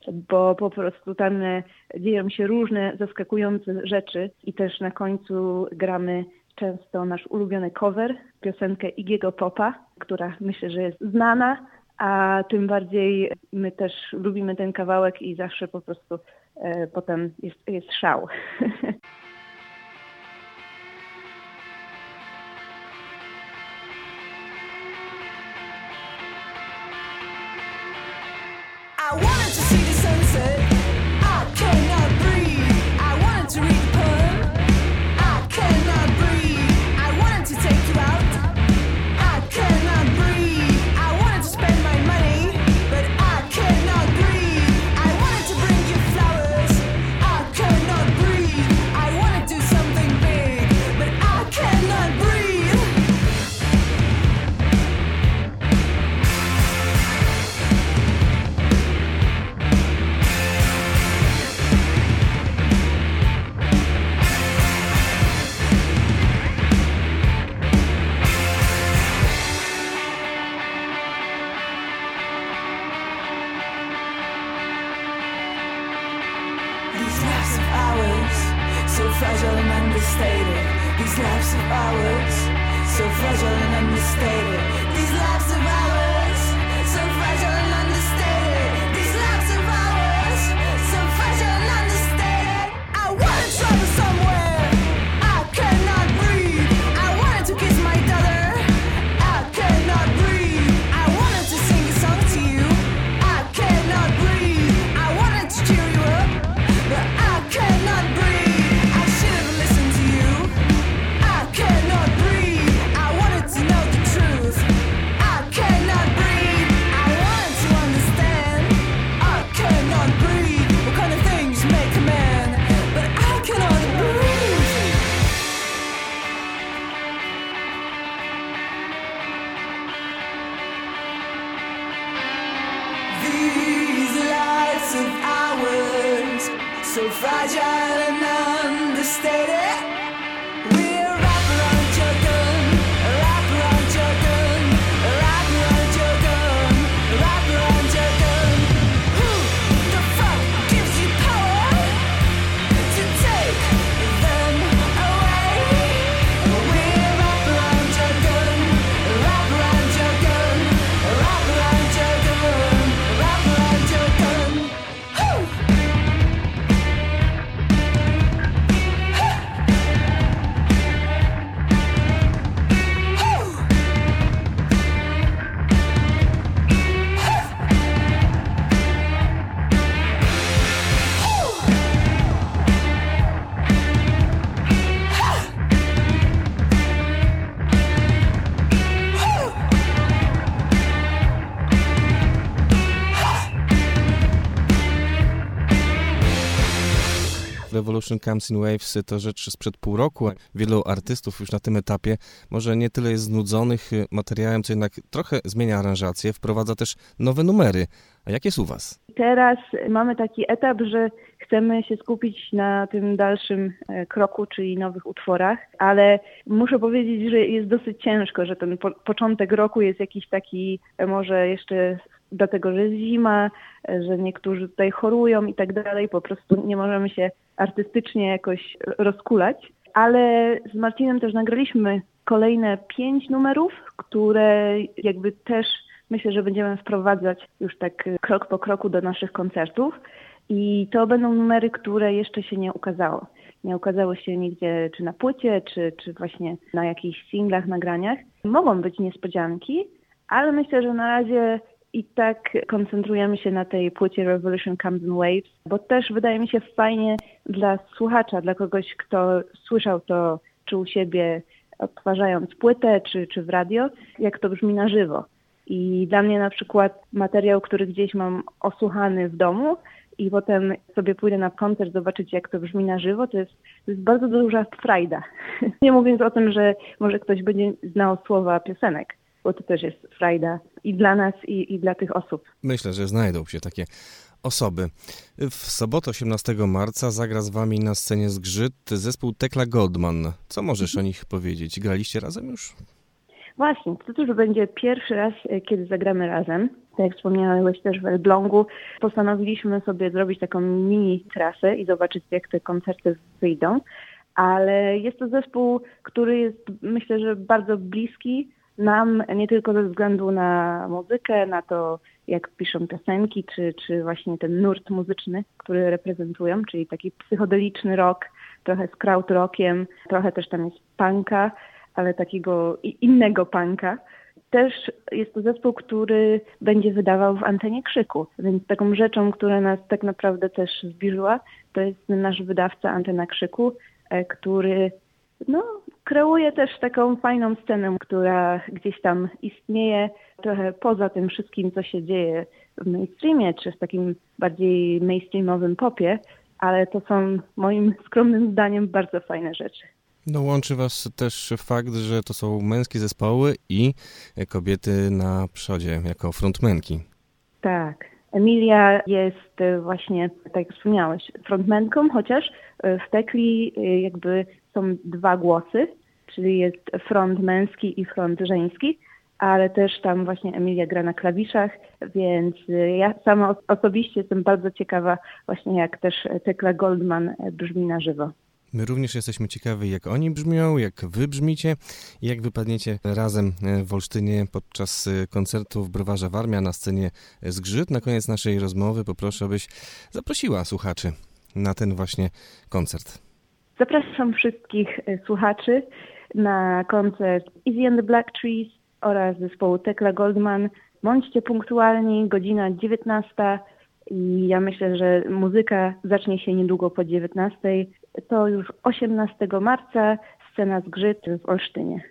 bo po prostu tam dzieją się różne zaskakujące rzeczy i też na końcu gramy często nasz ulubiony cover, piosenkę Iggy'ego Popa, która myślę, że jest znana, a tym bardziej my też lubimy ten kawałek i zawsze po prostu potem jest szał. I wanted to see the sunset, I cannot breathe. I wanted to read the poem, I cannot breathe. I wanted to take you out, I cannot breathe. I wanted to spend my money, but I cannot breathe. I wanted to bring you flowers, I cannot breathe. I understated. These lives of ours, so fragile and understated. These lives of ours, so fragile and understated. These lives of ours, so fragile and understated. I wanna travel somewhere, I cannot breathe. I wanted to kiss my daughter, I cannot breathe. I wanted to sing a song to you, I cannot breathe. I wanted to cheer you up, but I cannot breathe. I should have listened to you, I cannot breathe. I wanted to know the truth, I cannot breathe. I wanted to understand, I cannot breathe. What kind of things make a man, but I cannot breathe. These lives of ours, so fragile and understated. We're wrap around your gun, wrap around your gun, wrap around your gun, wrap around your gun. Who the fuck gives you power to take them away? We're wrap around your gun, wrap around your gun, wrap around your gun, wrap around your gun. Who? Revolution Comes in Waves to rzecz sprzed pół roku. Wielu artystów już na tym etapie może nie tyle jest znudzonych materiałem, co jednak trochę zmienia aranżację, wprowadza też nowe numery. A jak jest u was? Teraz mamy taki etap, że chcemy się skupić na tym dalszym kroku, czyli nowych utworach, ale muszę powiedzieć, że jest dosyć ciężko, że ten początek roku jest jakiś taki, może jeszcze dlatego, że jest zima, że niektórzy tutaj chorują i tak dalej, po prostu nie możemy się artystycznie jakoś rozkulać, ale z Marcinem też nagraliśmy kolejne 5 numerów, które jakby też myślę, że będziemy wprowadzać już tak krok po kroku do naszych koncertów i to będą numery, które jeszcze się nie ukazało. Nie ukazały się nigdzie czy na płycie, czy właśnie na jakichś singlach, nagraniach. Mogą być niespodzianki, ale myślę, że na razie i tak koncentrujemy się na tej płycie Revolution Comes in Waves, bo też wydaje mi się fajnie dla słuchacza, dla kogoś, kto słyszał to czy u siebie odtwarzając płytę, czy w radio, jak to brzmi na żywo. I dla mnie na przykład materiał, który gdzieś mam osłuchany w domu i potem sobie pójdę na koncert zobaczyć, jak to brzmi na żywo, to jest bardzo duża frajda. Nie mówiąc o tym, że może ktoś będzie znał słowa piosenek, bo to też jest frajda i dla nas, i dla tych osób. Myślę, że znajdą się takie osoby. W sobotę 18 marca zagra z wami na scenie Zgrzyt zespół Tekla Goldman. Co możesz o nich powiedzieć? Graliście razem już? Właśnie, to już będzie pierwszy raz, kiedy zagramy razem. Tak jak wspomniałeś też w Elblągu, postanowiliśmy sobie zrobić taką mini trasę i zobaczyć, jak te koncerty wyjdą. Ale jest to zespół, który jest, myślę, że bardzo bliski nam, nie tylko ze względu na muzykę, na to, jak piszą piosenki, czy właśnie ten nurt muzyczny, który reprezentują, czyli taki psychodeliczny rock, trochę z krautrockiem, trochę też tam jest punka, ale takiego innego punka. Też jest to zespół, który będzie wydawał w Antenie Krzyku, więc taką rzeczą, która nas tak naprawdę też zbliżyła, to jest nasz wydawca Antena Krzyku, który kreuje też taką fajną scenę, która gdzieś tam istnieje, trochę poza tym wszystkim, co się dzieje w mainstreamie, czy w takim bardziej mainstreamowym popie, ale to są moim skromnym zdaniem bardzo fajne rzeczy. No, łączy was też fakt, że to są męskie zespoły i kobiety na przodzie, jako frontmenki. Tak. Emilia jest właśnie, tak jak wspomniałeś, frontmenką, chociaż w Tekli jakby są 2 głosy, czyli jest front męski i front żeński, ale też tam właśnie Emilia gra na klawiszach, więc ja sama osobiście jestem bardzo ciekawa właśnie, jak też Tekla Goldman brzmi na żywo. My również jesteśmy ciekawi, jak oni brzmią, jak wy brzmicie i jak wypadniecie razem w Olsztynie podczas koncertu w Browarze Warmia na scenie Zgrzyt. Na koniec naszej rozmowy poproszę, abyś zaprosiła słuchaczy na ten właśnie koncert. Zapraszam wszystkich słuchaczy na koncert Easy and the Black Trees oraz zespołu Tekla Goldman. Bądźcie punktualni, godzina 19 i ja myślę, że muzyka zacznie się niedługo po 19. To już 18 marca, scena Zgrzyt w Olsztynie.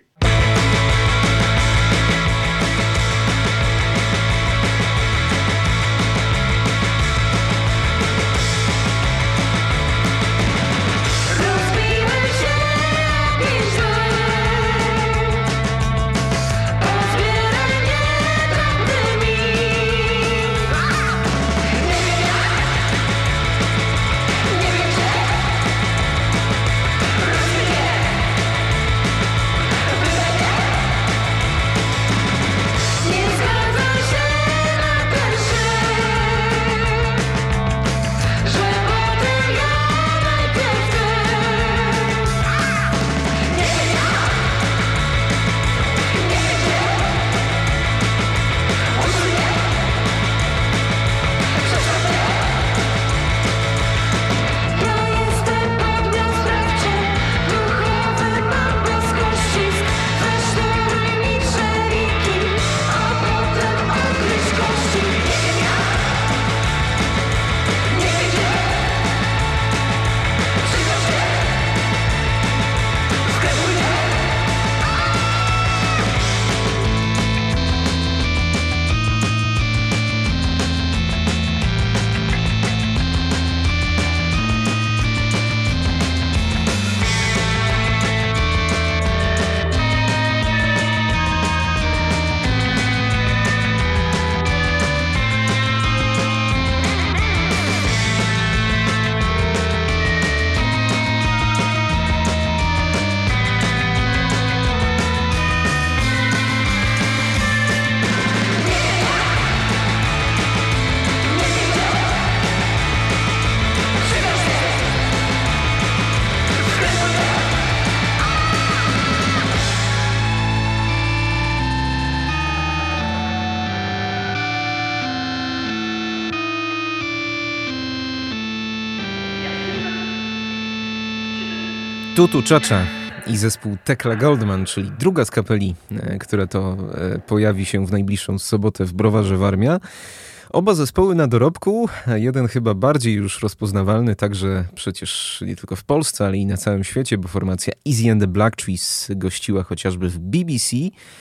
Tutu Czacza i zespół Tekla Goldman, czyli druga z kapeli, która to pojawi się w najbliższą sobotę w Browarze Warmia. Oba zespoły na dorobku, jeden chyba bardziej już rozpoznawalny, także przecież nie tylko w Polsce, ale i na całym świecie, bo formacja Easy and the Black Trees gościła chociażby w BBC,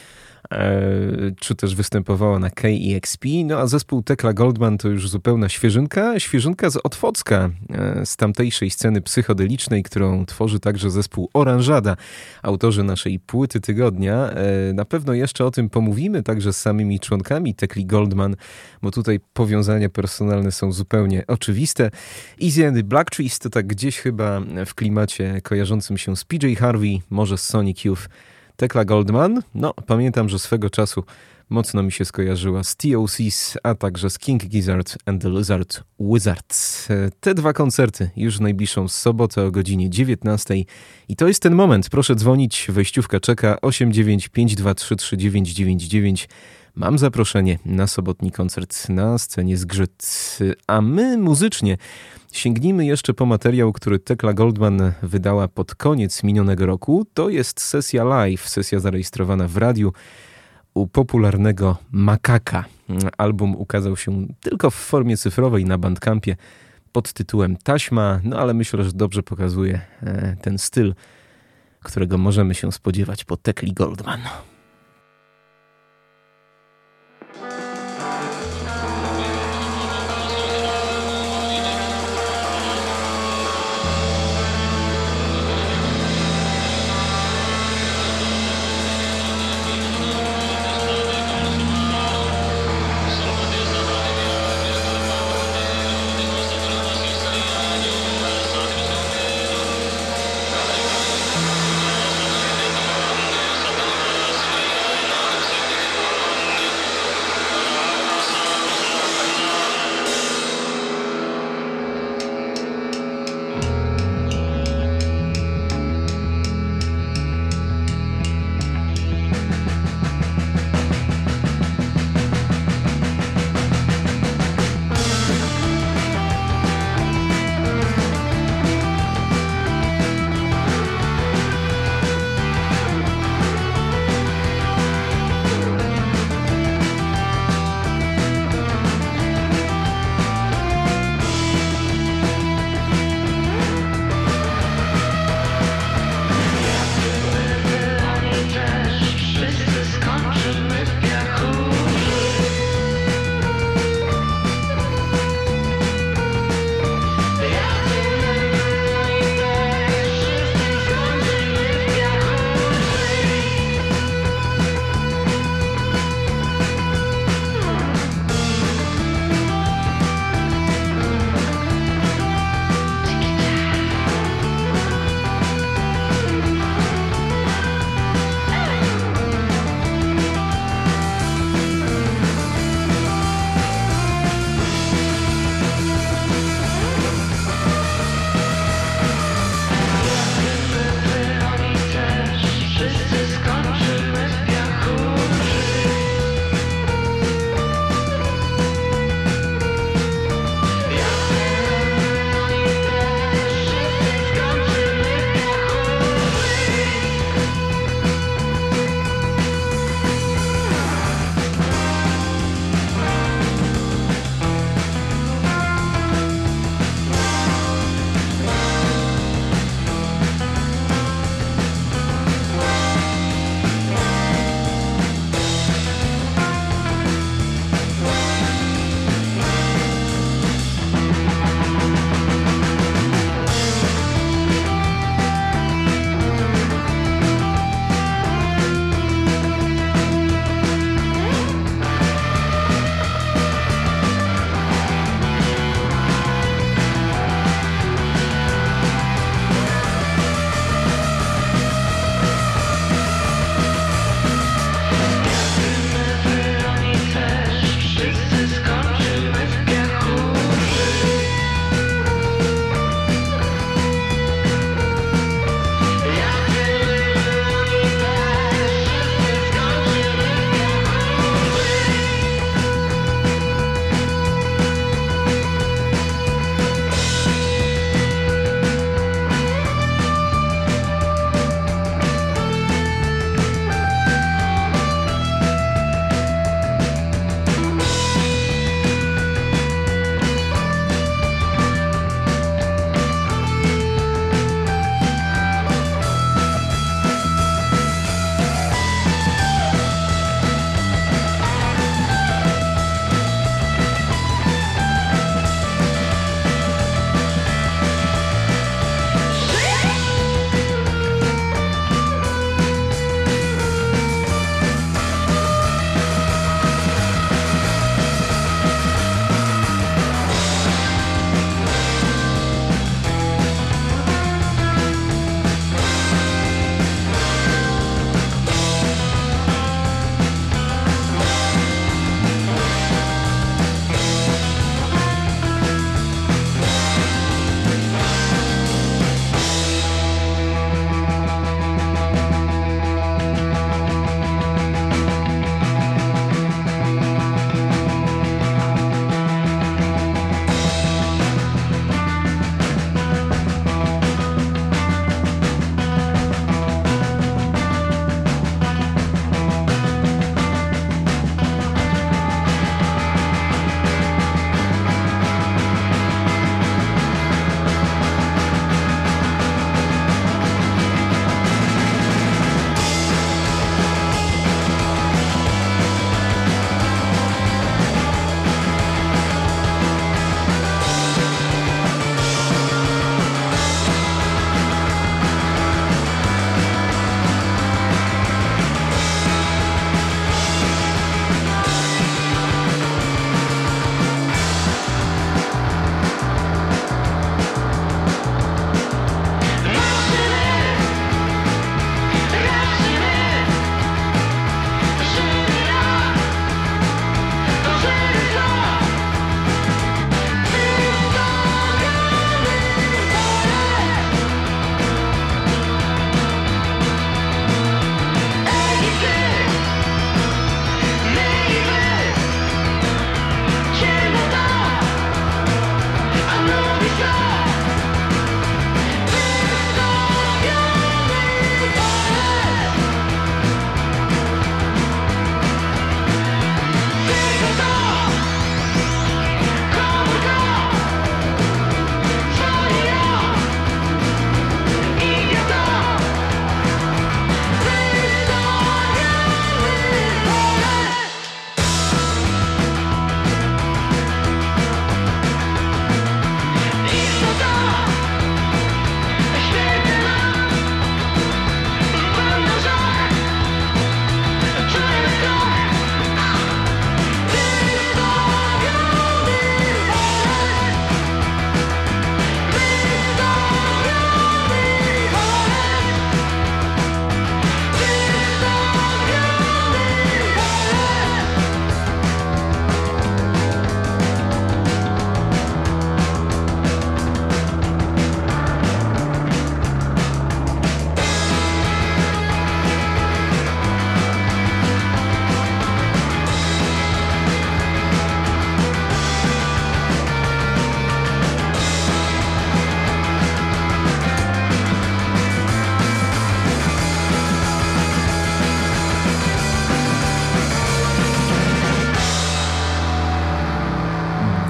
czy też występowała na KEXP, no a zespół Tekla Goldman to już zupełna świeżynka z Otwocka, z tamtejszej sceny psychodelicznej, którą tworzy także zespół Oranżada, autorzy naszej płyty tygodnia. Na pewno jeszcze o tym pomówimy także z samymi członkami Tekli Goldman, bo tutaj powiązania personalne są zupełnie oczywiste. Easy and the Black Trees to tak gdzieś chyba w klimacie kojarzącym się z PJ Harvey, może z Sonic Youth. Tekla Goldman, no pamiętam, że swego czasu mocno mi się skojarzyła z TOCs, a także z King Gizzard and the Lizard Wizard. Te dwa koncerty już w najbliższą sobotę o godzinie 19 i to jest ten moment. Proszę dzwonić, wejściówka czeka 895233999. Mam zaproszenie na sobotni koncert na scenie Zgrzyt, a my muzycznie sięgnijmy jeszcze po materiał, który Tekla Goldman wydała pod koniec minionego roku. To jest sesja live, sesja zarejestrowana w radiu u popularnego Makaka. Album ukazał się tylko w formie cyfrowej na Bandcampie pod tytułem Taśma, no ale myślę, że dobrze pokazuje ten styl, którego możemy się spodziewać po Tekli Goldman. Somebody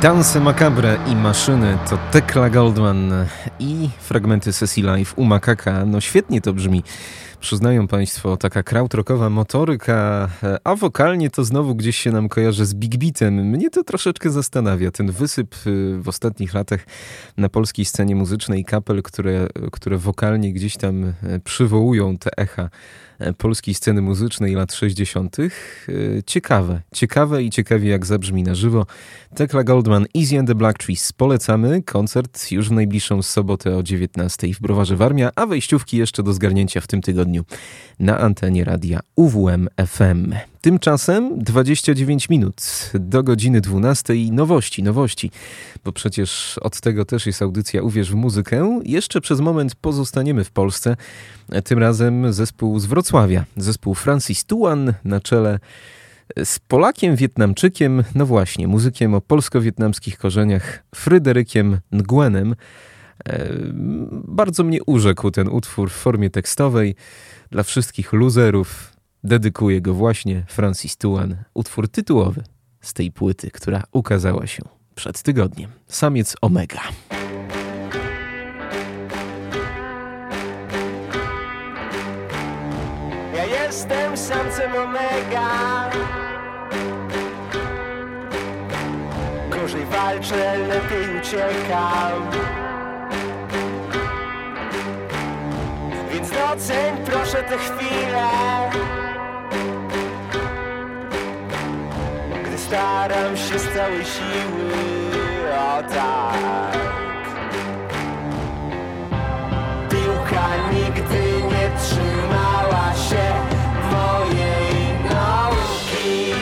Danse Macabre i Maszyny to Tekla Goldman i fragmenty sesji live u Makaka. No świetnie to brzmi, przyznają Państwo, taka krautrockowa motoryka, a wokalnie to znowu gdzieś się nam kojarzy z Big Beatem. Mnie to troszeczkę zastanawia, ten wysyp w ostatnich latach na polskiej scenie muzycznej kapel, które wokalnie gdzieś tam przywołują te echa polskiej sceny muzycznej lat 60. Ciekawe i ciekawie jak zabrzmi na żywo. Tekla Goldman, Easy and the Black Trees. Polecamy. Koncert już w najbliższą sobotę o 19:00 w Browarze Warmia, a wejściówki jeszcze do zgarnięcia w tym tygodniu na antenie radia UWM FM. Tymczasem 29 minut do godziny 12:00. Nowości, bo przecież od tego też jest audycja Uwierz w muzykę. Jeszcze przez moment pozostaniemy w Polsce. Tym razem zespół z Wrocławia, zespół Francis Tuan na czele z Polakiem, Wietnamczykiem, no właśnie, muzykiem o polsko-wietnamskich korzeniach, Fryderykiem Nguyenem. Bardzo mnie urzekł ten utwór w formie tekstowej. Dla wszystkich luzerów dedykuję go właśnie Francis Tuan. Utwór tytułowy z tej płyty, która ukazała się przed tygodniem. Samiec Omega. Ja jestem samcem Omega. Gorzej walczę, lepiej uciekam. Więc doceń proszę tę chwilę, gdy staram się z całej siły, o tak. Piłka nigdy nie trzymała się mojej nogi.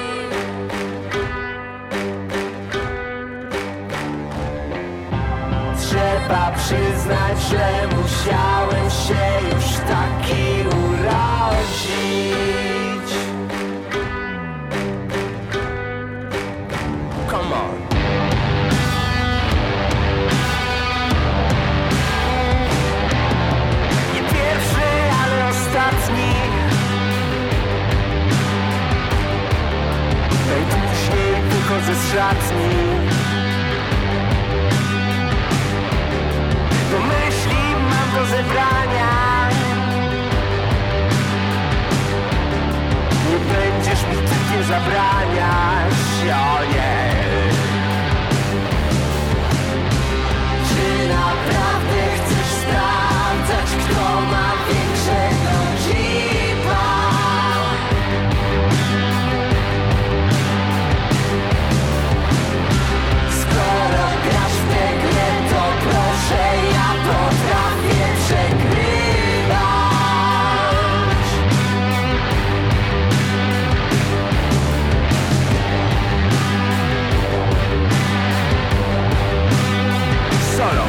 Trzeba przyznać, że musiałem się już taki urodzić. Come on. Nie pierwszy, ale ostatni. Najpóźniej wychodzę z szatni. Bo myśli mam do zebrania. Nie będziesz mi tylko zabraniać, o nie. Czy naprawdę chcesz sprawdzać, kto ma większego jeepa? Skoro grasz w tę grę, to proszę, ja potrafię przegrywać. Solo.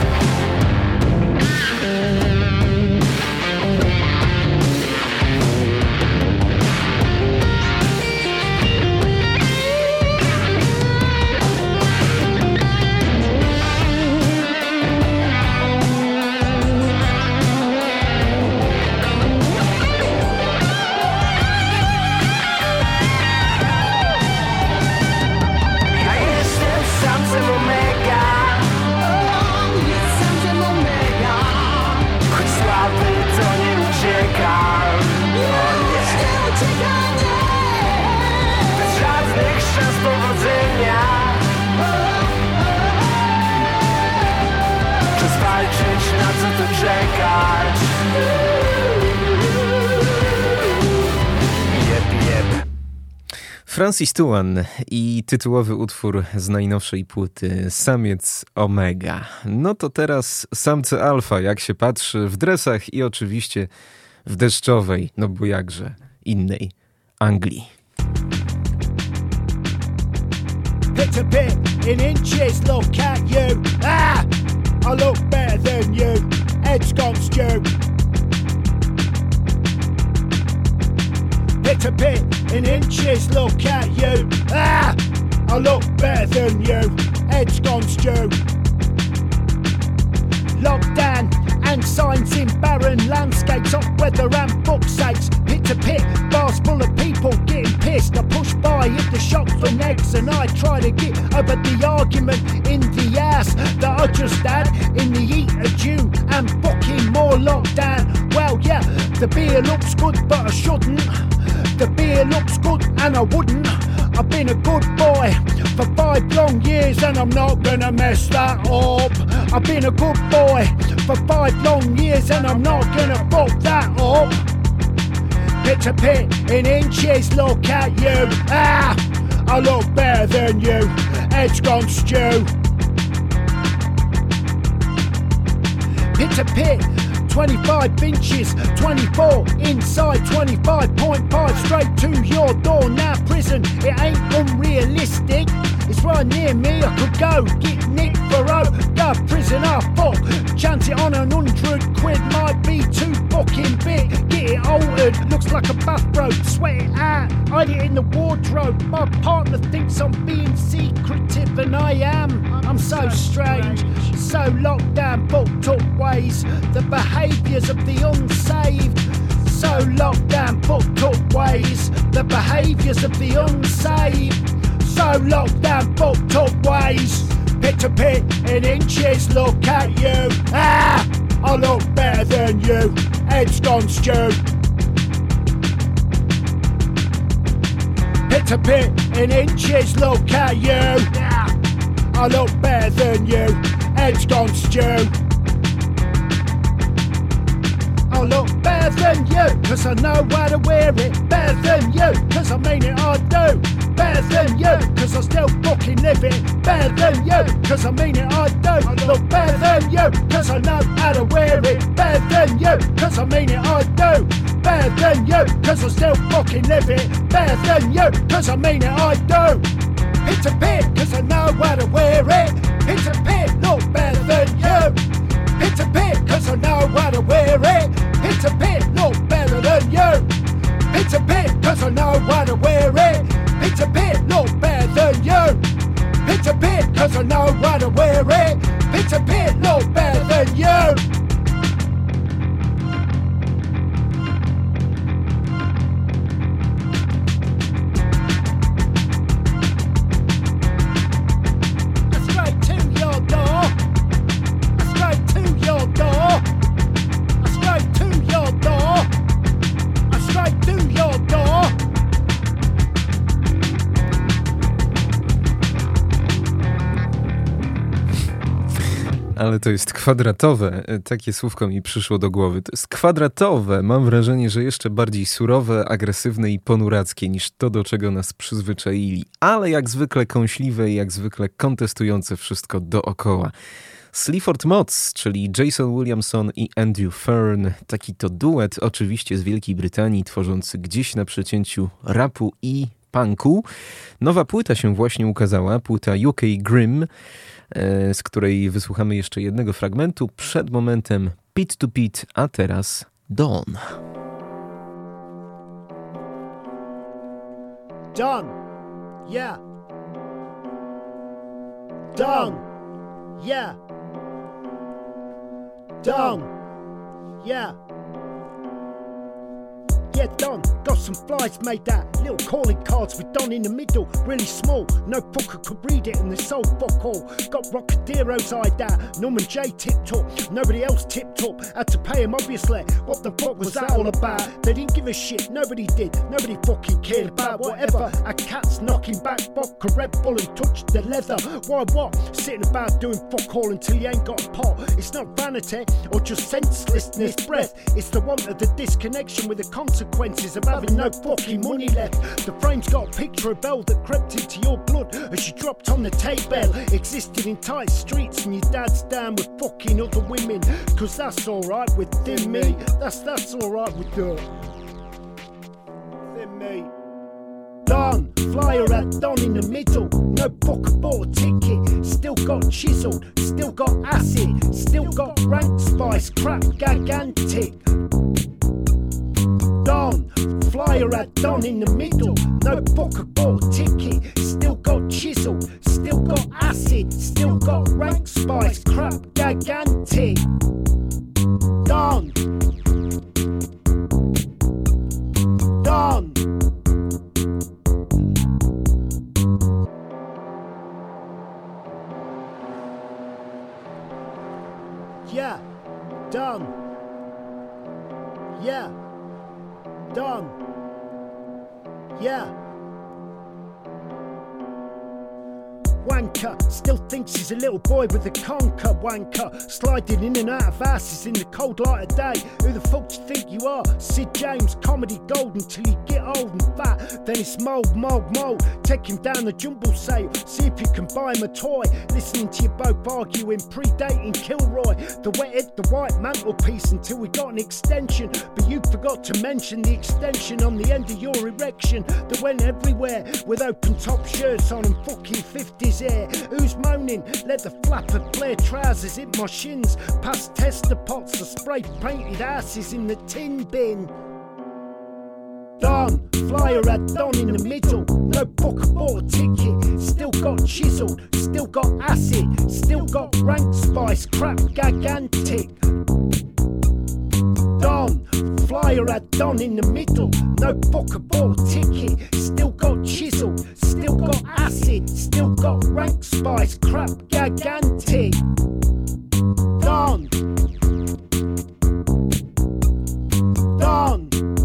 Ja jestem samcem Omega. Samcem Omega. Choć słaby, to nie uciekam. Nie uciekam, nie. Bez żadnych szans powodzenia. Czas walczyć, na co tu czekać. Jeb. Francis Tuan i tytułowy utwór z najnowszej płyty Samiec Omega. No to teraz samce alfa, jak się patrzy, w dresach i oczywiście w deszczowej, no bo jakże innej Anglii. It's a bit in inches, look at you. Ah! I look better than you. Head's gone stew. It's a bit in inches, look at you. Ah! I look better than you. Head's gone stew. Lockdown and signs in barren landscapes, hot weather and book sakes. Pit to pit, bars full of people getting pissed. I push by I hit the shop for next and I try to get over the argument in the ass that I just had in the heat of June and fucking more lockdown. Well, yeah, the beer looks good, but I shouldn't. The beer looks good and I wouldn't. I've been a good boy for 5 long years and I'm not gonna mess that up. I've been a good boy for 5 long years and I'm not gonna fuck that up. Picture pit in inches, look at you. Ah, I look better than you. Head's gone stew. Picture pit 25 inches, 24 inside, 25.5 straight to your door. Now prison, it ain't unrealistic. It's right near me, I could go get nicked for go prison, fuck. Chance it on 100 quid might be too fucking big. Get it altered, looks like a bathrobe. Sweat it out, hide it in the wardrobe. My partner thinks I'm being secretive and I am. I'm so strange, so locked down, booked up ways. The behaviours of the unsaved. So locked down, booked up ways. The behaviours of the unsaved. So locked down, booked up ways. Picture pit in inches, look at you. Ah, I look better than you. Head's gone stew. Picture pit in inches, look at you. Ah, I look better than you. Head's gone stew. I look better than you, cause I know how to wear it. Better than you, cause I mean it, I do. Better than you, cause I still fucking live it. Better than you, cause I mean it, I do. I look better than you, cause I know how to wear it. Better than you, cause I mean it, I do. Better than you, cause I still fucking live it. Better than you, cause I mean it, I do. It's a pit, cause I know how to wear it. It's a pit, look better than you. It's a pit, cause I know how to wear it. It's a pit, look better than you. It's a pit, cause I know how to wear it. It's a pit, look better than you. It's a pit, cause I know how to wear it. It's a pit, look better than you. Ale to jest kwadratowe. Takie słówko mi przyszło do głowy. To jest kwadratowe. Mam wrażenie, że jeszcze bardziej surowe, agresywne i ponurackie niż to, do czego nas przyzwyczaili. Ale jak zwykle kąśliwe i jak zwykle kontestujące wszystko dookoła. Sleaford Mods, czyli Jason Williamson i Andrew Fern. Taki to duet, oczywiście z Wielkiej Brytanii, tworzący gdzieś na przecięciu rapu i punku. Nowa płyta się właśnie ukazała, płyta UK Grim, z której wysłuchamy jeszcze jednego fragmentu. Przed momentem Pit to Pit, a teraz Dawn. Dawn, yeah. Dawn, yeah. Dawn, yeah. Yeah, Don, got some flies made that. Little calling cards with Don in the middle, really small. No fucker could read it and they sold fuck all. Got Rockaderos eyed out, Norman J tipped up. Nobody else tipped up, had to pay him obviously. What the fuck was that all about? They didn't give a shit, nobody did. Nobody fucking cared about whatever. Our cats knocking back vodka, Red Bull and touched the leather. Why what? Sitting about doing fuck all until you ain't got a pot. It's not vanity or just senselessness, breath. It's the want of the disconnection with the consequences of having no fucking money left. The frame's got a picture of Belle that crept into your blood as you dropped on the table. Existed in tight streets and your dad's down with fucking other women. Cause that's alright within me. That's alright with you. Within me. Don, flyer at Don in the middle. No fucker bought a ticket. Still got chiseled, still got acid, still got rank spice, crap gigantic. Don, flyer at Don in the middle. No fucker bought a ticket. Still got chiseled, still got acid, still got rank spice, crap gigantic. Don, Don. Yeah. Done. Yeah. Wanker still thinks he's a little boy with a conker. Wanker sliding in and out of asses in the cold light of day. Who the fuck do you think you are? Sid James, comedy gold until you get old and fat. Then it's mould. Take him down the jumble sale. See if you can buy him a toy. Listening to you both arguing, predating Kilroy. The wetted the white mantelpiece until we got an extension. But you forgot to mention the extension on the end of your erection that went everywhere with open top shirts on and fucking 50s. Who's moaning? Let the flapper flare trousers hit my shins. Past tester pots, the spray painted asses in the tin bin. Don, flyer had Don in the middle. No book or ticket. Still got chiseled, still got acid, still got rank spice, crap gigantic. Don, flyer had Don in the middle. No book or ticket. Still got chiseled, still got acid, still got rank spice, crap gigantic. Don. Don.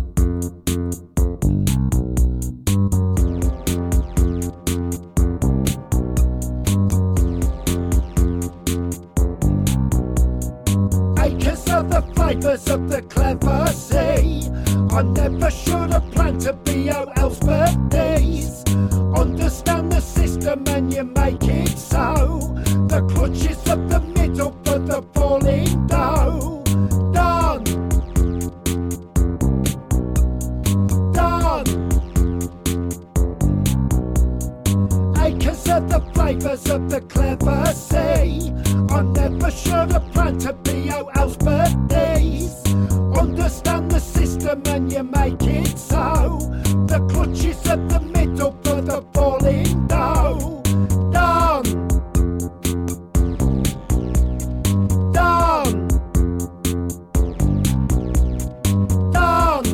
Acres of the flavours of the clever sea. I never should have planned to be out else birthdays. Understand the system and you make it so. The clutches of the middle for the falling dough. Done. Done. Acres of the flavours of the clever sea. I never should have planned to be out else birthdays. Understand the system and you make it so. The clutches of the middle for the falling dough. Done. Done. Done.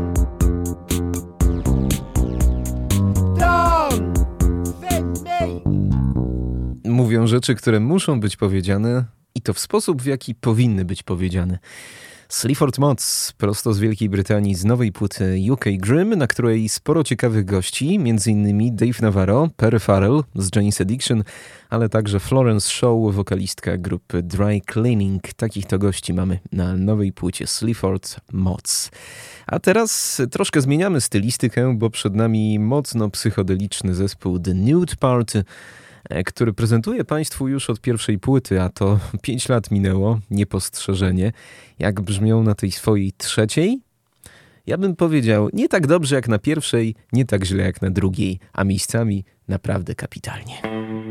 Done. Send me. Mówią rzeczy, które muszą być powiedziane i to w sposób, w jaki powinny być powiedziane. Sleaford Mods, prosto z Wielkiej Brytanii, z nowej płyty UK Grim, na której sporo ciekawych gości, m.in. Dave Navarro, Perry Farrell z Jane's Addiction, ale także Florence Shaw, wokalistka grupy Dry Cleaning. Takich to gości mamy na nowej płycie Sleaford Mods. A teraz troszkę zmieniamy stylistykę, bo przed nami mocno psychodeliczny zespół The Nude Party, który prezentuje Państwu już od pierwszej płyty, a to 5 lat minęło, niepostrzeżenie. Jak brzmią na tej swojej trzeciej? Ja bym powiedział, nie tak dobrze jak na pierwszej, nie tak źle jak na drugiej, a miejscami naprawdę kapitalnie.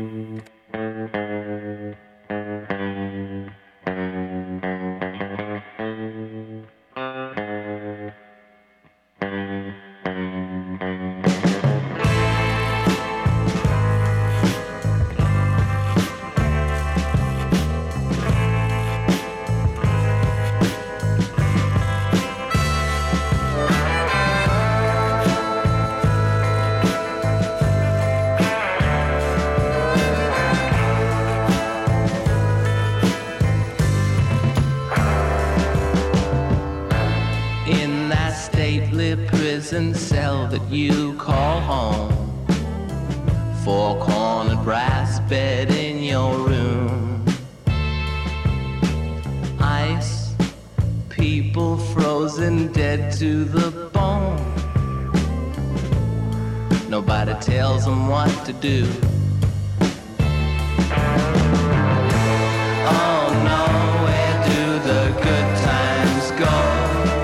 Prison cell that you call home, four-cornered brass bed in your room, ice, people frozen dead to the bone. Nobody tells them what to do. Oh no, where do the good times go?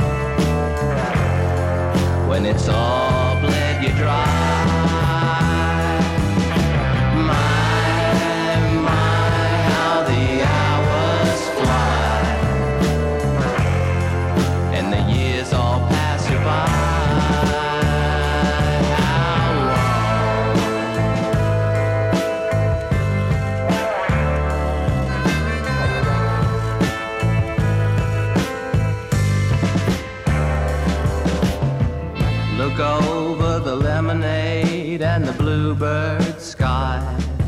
When it's all bled you dry. My, how the hours fly, and the years all pass you by. Look over the lemonade and the bluebird sky.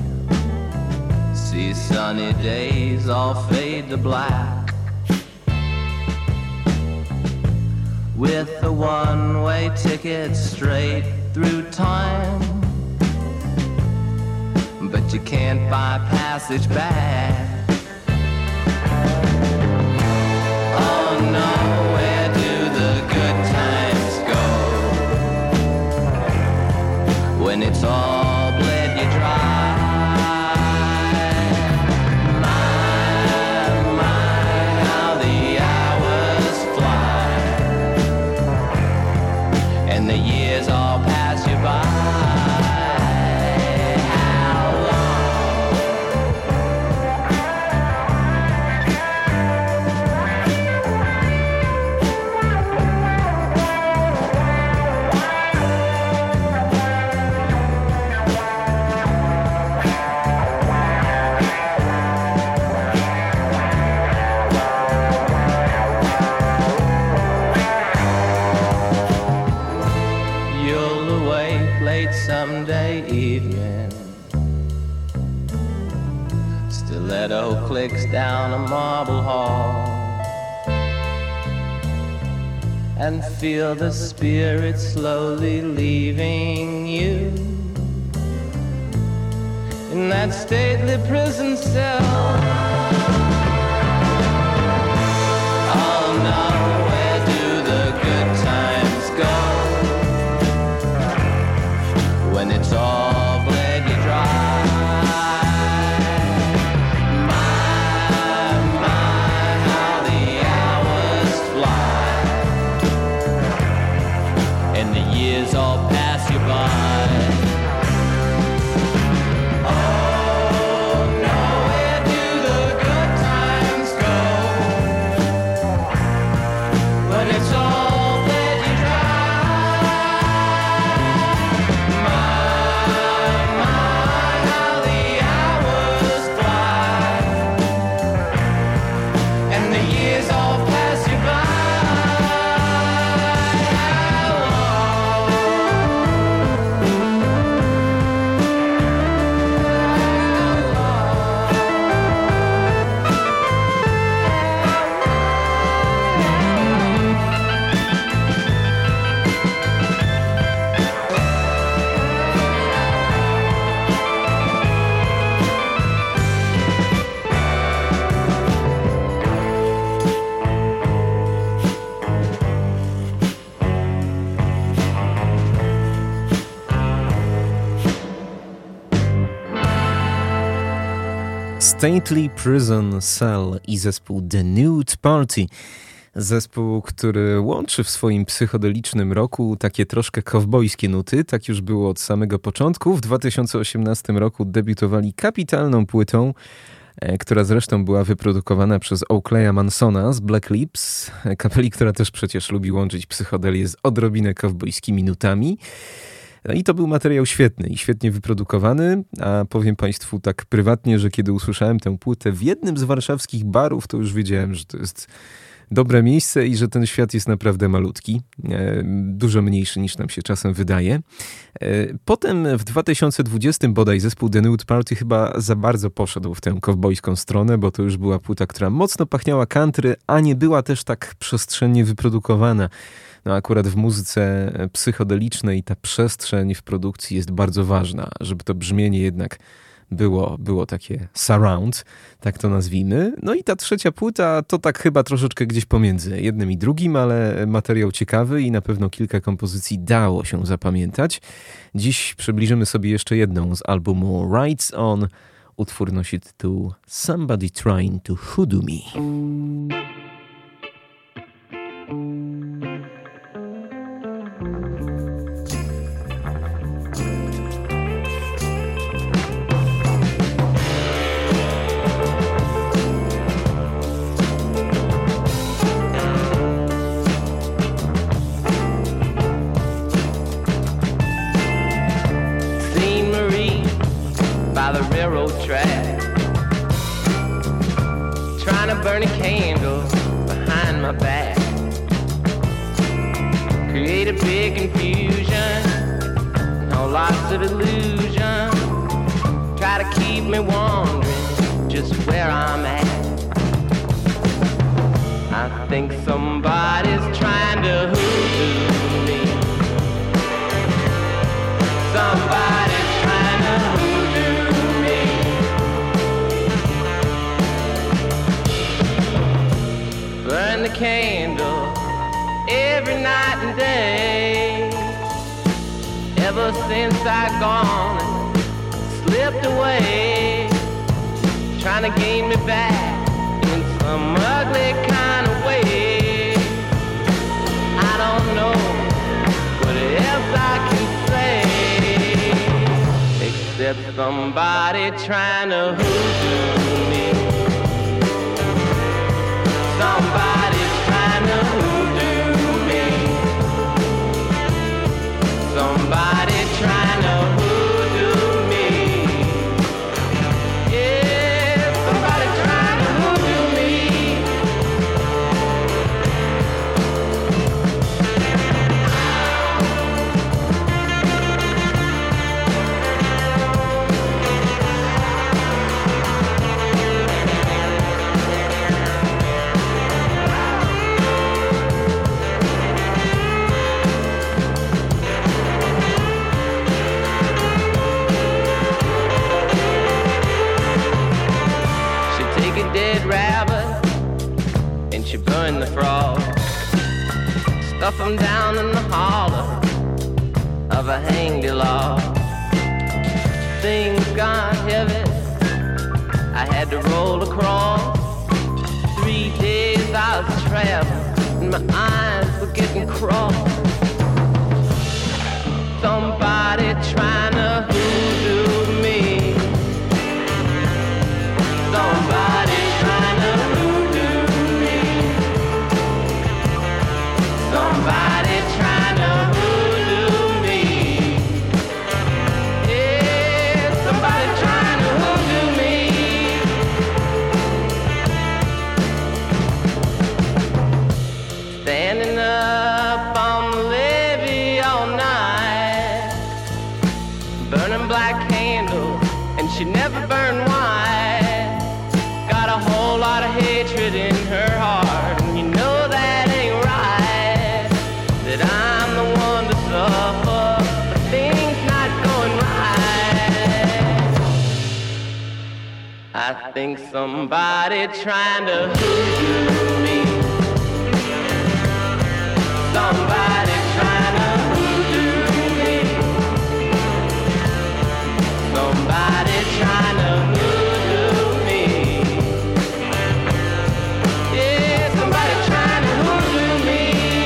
See sunny days all fade to black. with a one-way ticket straight through time. But you can't buy passage back. Oh no, where do the good times go when it's all bled you dry? The years all pass you by. How someday evening, stiletto clicks down a marble hall, and feel the spirit slowly leaving you in that stately prison cell. Oh no, where do the good times go when it's all bled you dry? My, how the hours fly, and the years all pass you by. Oh no, where do the good times go when it's all bled you dry? How the hours fly, and the years all pass you by. Stately Prison Cell i zespół The Nude Party. Zespół, który łączy w swoim psychodelicznym roku takie troszkę kowbojskie nuty. Tak już było od samego początku. W 2018 roku debiutowali kapitalną płytą, która zresztą była wyprodukowana przez Oakleya Mansona z Black Lips, kapeli, która też przecież lubi łączyć psychodelię z odrobinę kowbojskimi nutami. No i to był materiał świetny i świetnie wyprodukowany, a powiem Państwu tak prywatnie, że kiedy usłyszałem tę płytę w jednym z warszawskich barów, to już wiedziałem, że to jest dobre miejsce i że ten świat jest naprawdę malutki, dużo mniejszy niż nam się czasem wydaje. Potem w 2020 bodaj zespół The Nude Party chyba za bardzo poszedł w tę kowbojską stronę, bo to już była płyta, która mocno pachniała country, a nie była też tak przestrzennie wyprodukowana. No akurat w muzyce psychodelicznej ta przestrzeń w produkcji jest bardzo ważna, żeby to brzmienie jednak było takie surround, tak to nazwijmy. No i ta trzecia płyta to tak chyba troszeczkę gdzieś pomiędzy jednym i drugim, ale materiał ciekawy i na pewno kilka kompozycji dało się zapamiętać. Dziś przybliżymy sobie jeszcze jedną z albumu Rights On. Utwór nosi tytuł Somebody Trying to Hoodoo Me. By the railroad track, trying to burn a candle behind my back, create a big confusion, no lots of illusion, try to keep me wondering just where I'm at. I think somebody's trying to hook every night and day. Ever since I've gone and slipped away, trying to gain me back in some ugly kind of way. I don't know what else I can say, except somebody trying to hoodoo me. Somebody trying to hoodoo me. Somebody trying to hoodoo me. Yeah, somebody trying to hoodoo me. Dead rabbit and she burned the frog, stuff them down in the hollow of a hanged log. Things got heavy, I had to roll across. 3 days I was traveling and my eyes were getting crossed. Somebody trying to hoodoo me. Somebody trying to hoodoo me. Somebody trying to hoodoo me. Yeah, somebody trying to hoodoo me. Standing up on the levee all night, burning black candles, and she never burned white. Got a whole lot of hatred in her heart, and you know that ain't right. That I'm the one to suffer for things not going right. I think somebody trying to hoodoo me. Somebody trying to hoodoo me. Somebody trying to hoodoo me. Yeah, somebody trying to hoodoo me.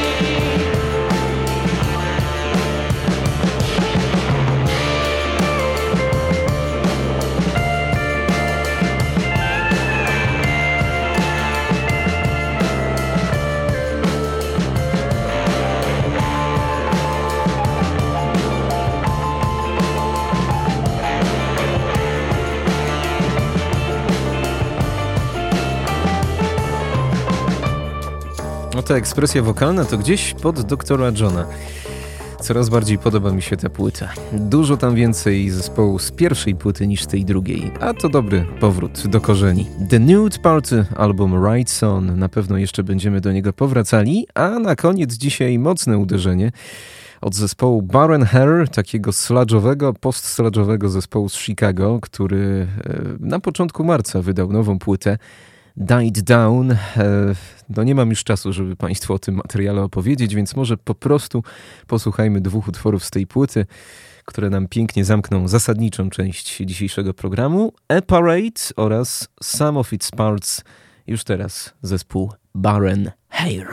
No ta ekspresja wokalna to gdzieś pod doktora Johna. Coraz bardziej podoba mi się ta płyta. Dużo tam więcej zespołu z pierwszej płyty niż z tej drugiej, a to dobry powrót do korzeni. The Nude Party, album Right On, na pewno jeszcze będziemy do niego powracali, a na koniec dzisiaj mocne uderzenie od zespołu Barren Hair, takiego sludge'owego, post-sludge'owego zespołu z Chicago, który na początku marca wydał nową płytę Died Down. No nie mam już czasu, żeby Państwu o tym materiale opowiedzieć, więc może po prostu posłuchajmy 2 utworów z tej płyty, które nam pięknie zamkną zasadniczą część dzisiejszego programu. A Parade oraz Some of Its Parts. Już teraz zespół Barren Hair.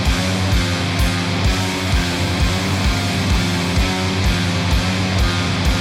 We'll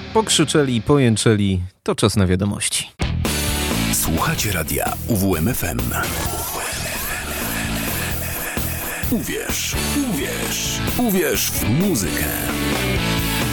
pokrzyczeli, pojęczeli, to czas na wiadomości. Słuchacie radia UWMFM. Uwierz w muzykę.